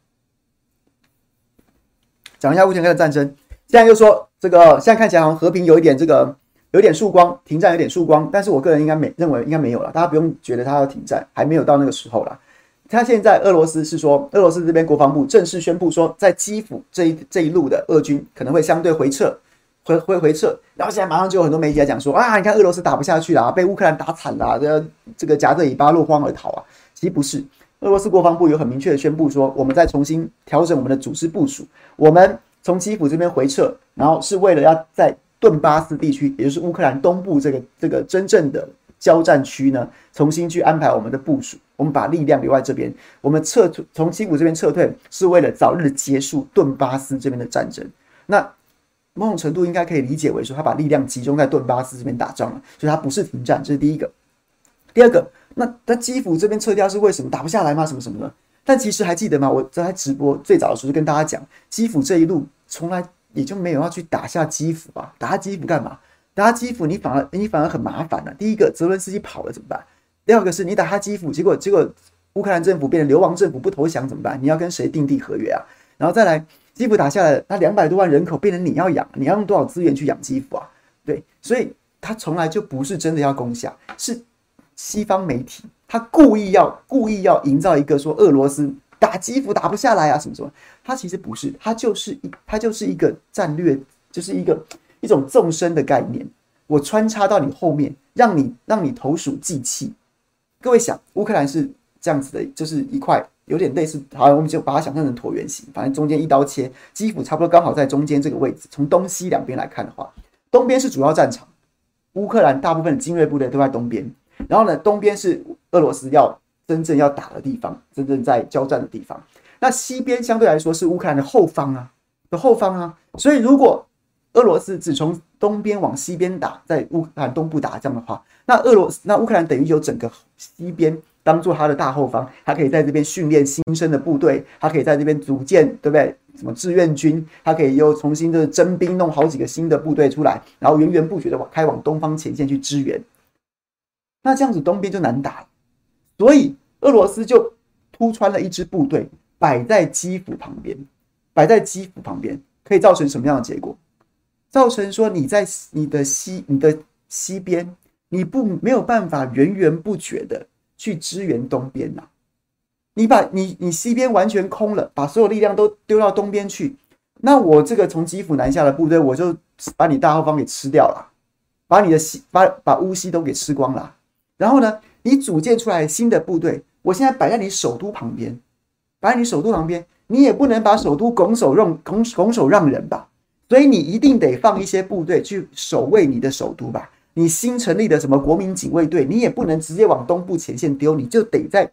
讲一下乌克兰战争。现在又说这个，现在看起来好像和平有一点曙光，停战有点曙光，但是我个人认为应该没有了，大家不用觉得他要停战，还没有到那个时候啦。他现在俄罗斯是说，俄罗斯这边国防部正式宣布说，在基辅这一路的俄军可能会相对回撤，然后现在马上就有很多媒体在讲说啊，你看俄罗斯打不下去啦，被乌克兰打惨啦，这个夹着尾巴落荒而逃啊。其实不是，俄罗斯国防部有很明确的宣布说，我们在重新调整我们的组织部署，我们从基辅这边回撤，然后是为了要在顿巴斯地区，也就是乌克兰东部这个真正的交战区呢，重新去安排我们的部署。我们把力量留在这边，我们从基辅这边撤退，是为了早日结束顿巴斯这边的战争。那某种程度应该可以理解为说，他把力量集中在顿巴斯这边打仗了，所以他不是停战，这是第一个。第二个，那基辅这边撤掉是为什么？打不下来吗？什么什么的？但其实还记得吗？我在直播最早的时候就跟大家讲，基辅这一路从来也就没有要去打下基辅啊，打下基辅干嘛？打下基辅你反而很麻烦了。第一个，泽伦斯基跑了怎么办？第二个是你打下基辅，结果乌克兰政府变成流亡政府，不投降怎么办？你要跟谁订立合约啊？然后再来，基辅打下来，那200多万人口变成你要养，你要用多少资源去养基辅啊？对，所以他从来就不是真的要攻下，是西方媒体他故意要营造一个说俄罗斯打基辅打不下来啊什么什么，他其实不是，他就是一个战略，就是一种纵深的概念，我穿插到你后面，让你投鼠忌器。各位想，乌克兰是这样子的，就是一块有点类似，好，我们就把它想象成椭圆形，反正中间一刀切，基辅差不多刚好在中间这个位置。从东西两边来看的话，东边是主要战场，乌克兰大部分的精锐部队都在东边，然后呢，东边是俄罗斯真正要打的地方，真正在交战的地方。那西边相对来说是乌克兰的后方啊，所以如果俄罗斯只从东边往西边打，在乌克兰东部打仗的话，那乌克兰等于有整个西边当做他的大后方，他可以在这边训练新生的部队，他可以在这边组建，对不对？什么志愿军，他可以又重新的征兵，弄好几个新的部队出来，然后源源不绝的开往东方前线去支援。那这样子东边就难打了，所以俄罗斯就突穿了一支部队摆在基辅旁边，可以造成什么样的结果？造成说你在你的西边，你没有办法源源不绝的去支援东边啊。你西边完全空了，把所有力量都丢到东边去，那我这个从基辅南下的部队，我就把你大后方给吃掉了，把乌西都给吃光了。然后呢，你组建出来新的部队，我现在摆在你首都旁边，你也不能把首都拱手让人吧？所以你一定得放一些部队去守卫你的首都吧。你新成立的什么国民警卫队，你也不能直接往东部前线丢，你就得在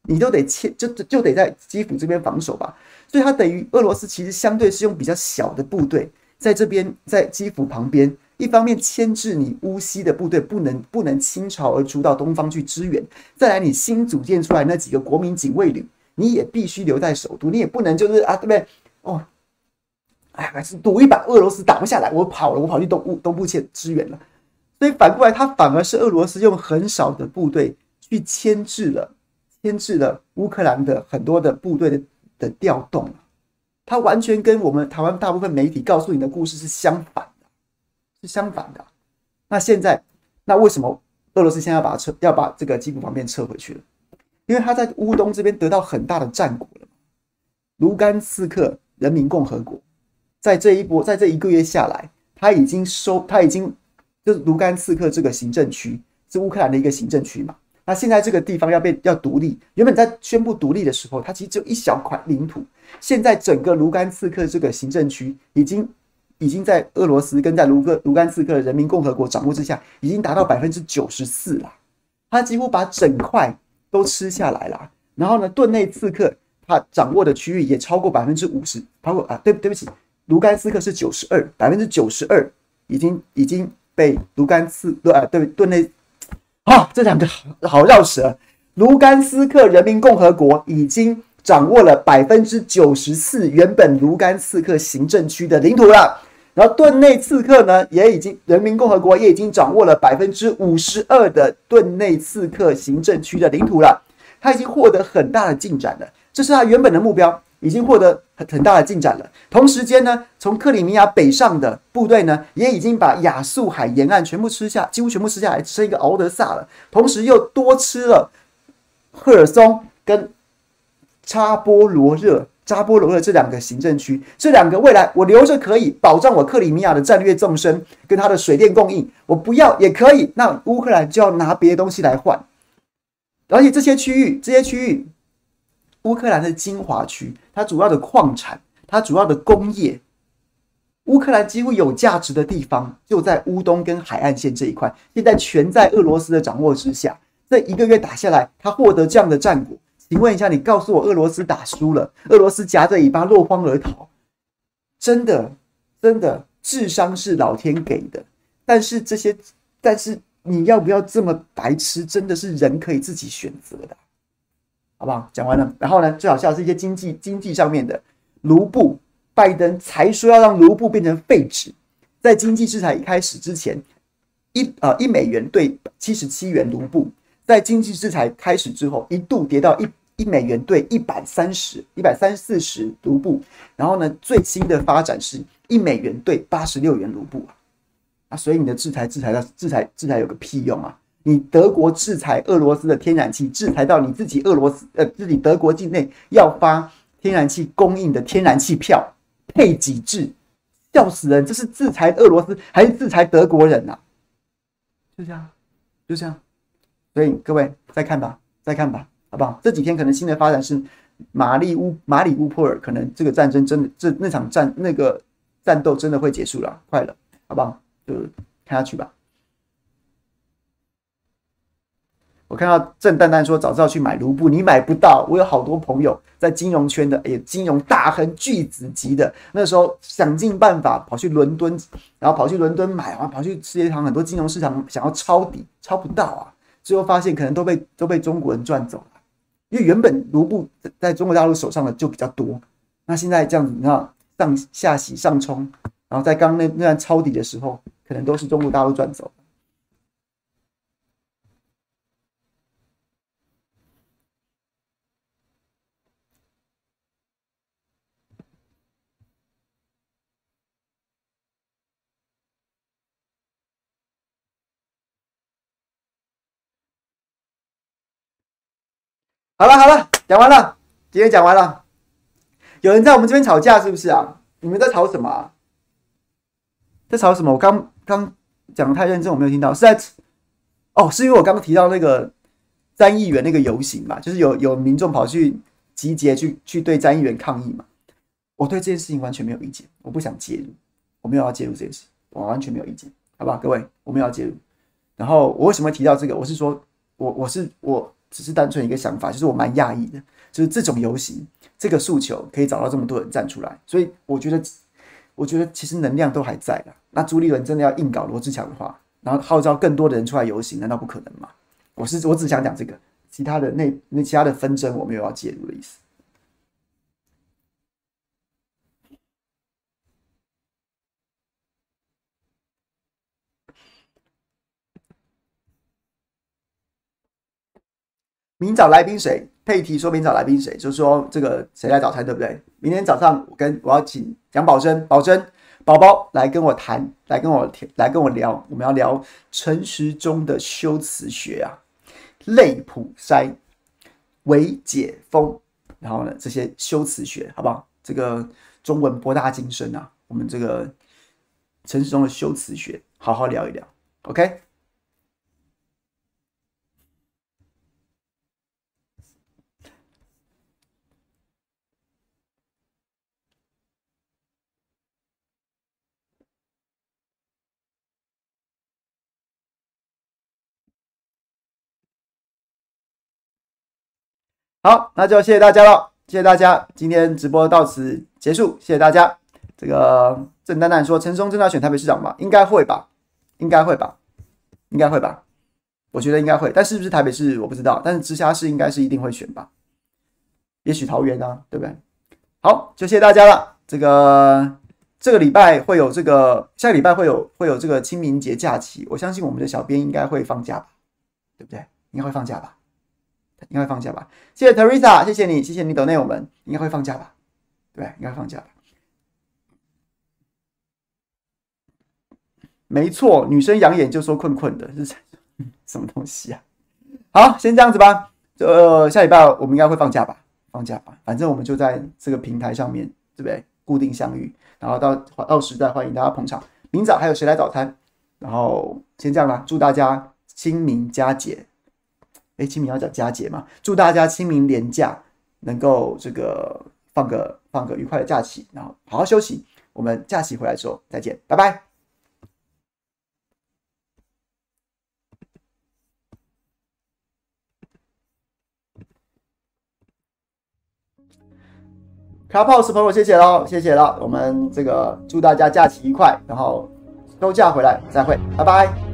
基辅这边防守吧。所以它等于俄罗斯其实相对是用比较小的部队在这边，在基辅旁边一方面牵制你乌西的部队不能倾巢而出到东方去支援，再来你新组建出来那几个国民警卫旅，你也必须留在首都，你也不能就是对不对？哦，哎，还是赌一把俄罗斯打不下来，我跑了，我跑去东部去支援了。所以反过来，他反而是俄罗斯用很少的部队去牵制了乌克兰的很多的部队的调动。它完全跟我们台湾大部分媒体告诉你的故事是相反的，是相反的。那现在，那为什么俄罗斯现在要把这个基辅方面撤回去了？因为他在乌东这边得到很大的战果了。卢甘斯克人民共和国在这一个月下来，他已经就是卢甘斯克这个行政区是乌克兰的一个行政区嘛。那现在这个地方要独立，原本在宣布独立的时候，它其实只有一小块领土。现在整个卢甘斯克这个行政区已经在俄罗斯跟在卢甘斯克人民共和国掌握之下，已经达到94%了。他几乎把整块都吃下来了。然后呢，顿内茨克他掌握的区域也超过50%，包括对不起，卢甘斯克是92%，92%已经被顿内。这两个好绕舌。卢甘斯克人民共和国已经掌握了94%原本卢甘斯克行政区的领土了，然后顿内茨克呢，人民共和国也已经掌握了52%的顿内茨克行政区的领土了，他已经获得很大的进展了，这是他原本的目标，已经获得很大的进展了。同时间呢，从克里米亚北上的部队呢，也已经把亚速海沿岸几乎全部吃下来，只剩一个敖德萨了。同时又多吃了赫尔松跟扎波罗热这两个行政区，这两个未来我留着可以保障我克里米亚的战略纵深跟它的水电供应，我不要也可以，那乌克兰就要拿别的东西来换。而且这些区域。乌克兰的精华区，它主要的矿产，它主要的工业，乌克兰几乎有价值的地方就在乌东跟海岸线这一块，现在全在俄罗斯的掌握之下。这一个月打下来，他获得这样的战果，请问一下，你告诉我，俄罗斯打输了，俄罗斯夹着尾巴落荒而逃，真的智商是老天给的，但是你要不要这么白痴，真的是人可以自己选择的。好不好？讲完了，然后呢？最好笑的是一些经济上面的卢布，拜登才说要让卢布变成废纸。在经济制裁一开始之前，1美元兑77元卢布，在经济制裁开始之后，一度跌到1美元兑140卢布。然后呢，最新的发展是1美元兑86元卢布所以你的制裁有个屁用啊！你德国制裁俄罗斯的天然气，制裁到你自己德国境内要发天然气供应的天然气票配给制，笑死人！这是制裁俄罗斯还是制裁德国人啊？就这样。所以各位再看吧，好不好？这几天可能新的发展是马里乌波尔，可能这个战争真的那场战斗真的会结束了，快了，好不好？就看下去吧。我看到郑蛋蛋说早知道去买卢布，你买不到。我有好多朋友在金融圈的，金融大亨巨子级的，那时候想尽办法跑去伦敦，然后跑去伦敦买，跑去世界堂很多金融市场想要抄底，抄不到啊。最后发现可能都被中国人赚走了，因为原本卢布在中国大陆手上的就比较多，那现在这样子，你看上下洗上冲，然后在刚那段抄底的时候，可能都是中国大陆赚走。好了，讲完了，今天讲完了。有人在我们这边吵架是不是啊？你们在吵什么啊？在吵什么？我刚讲的太认真，我没有听到。是因为我刚刚提到那个詹议员那个游行嘛，就是有民众跑去集结去对詹议员抗议嘛。我对这件事情完全没有意见，我不想介入，我没有要介入这件事，我完全没有意见，好吧，各位，我没有要介入。然后我为什么会提到这个？我是说，我只是单纯一个想法，就是我蛮讶异的，就是这种游行，这个诉求可以找到这么多人站出来，所以我觉得我觉得其实能量都还在啦。那朱立伦真的要硬搞罗智强的话，然后号召更多的人出来游行，难道不可能吗？我只想讲这个，其他的纷争我没有要介入的意思。明早来宾谁？佩提说明早来宾谁？就是说这个谁来早餐，对不对？明天早上我要请杨宝珍、宝宝来跟我谈，来跟我聊，我们要聊陈时中的修辞学啊，类普筛、伪解封，然后呢这些修辞学，好不好？这个中文博大精深啊，我们这个陈时中的修辞学，好好聊一聊 ，OK？好，那就谢谢大家了，谢谢大家，今天直播到此结束，谢谢大家。这个郑丹丹说，陈时中真的要选台北市长吗？应该会吧，应该会吧，应该会吧，我觉得应该会，但是不是台北市我不知道，但是直辖市应该是一定会选吧，也许桃园啊，对不对？好，就谢谢大家了。这个礼拜会有下个礼拜会有这个清明节假期，我相信我们的小编应该会放假吧，对不对？应该会放假吧。应该会放假吧？谢谢 Teresa， 谢谢你抖内我们应该会放假吧？对，应该放假吧？没错，女生养眼就说困的，是什么东西啊？好，先这样子吧。下礼拜我们应该会放假吧？放假吧，反正我们就在这个平台上面，对不对？固定相遇，然后到时再欢迎大家捧场。明早还有谁来早餐？然后先这样啦，祝大家清明佳节。清明要讲佳节嘛，祝大家清明连假能够这个放个愉快的假期，然后好好休息。我们假期回来之后再见，拜拜。Clubhouse 朋友，谢谢喽，谢谢了。我们这个祝大家假期愉快，然后休假回来再会，拜拜。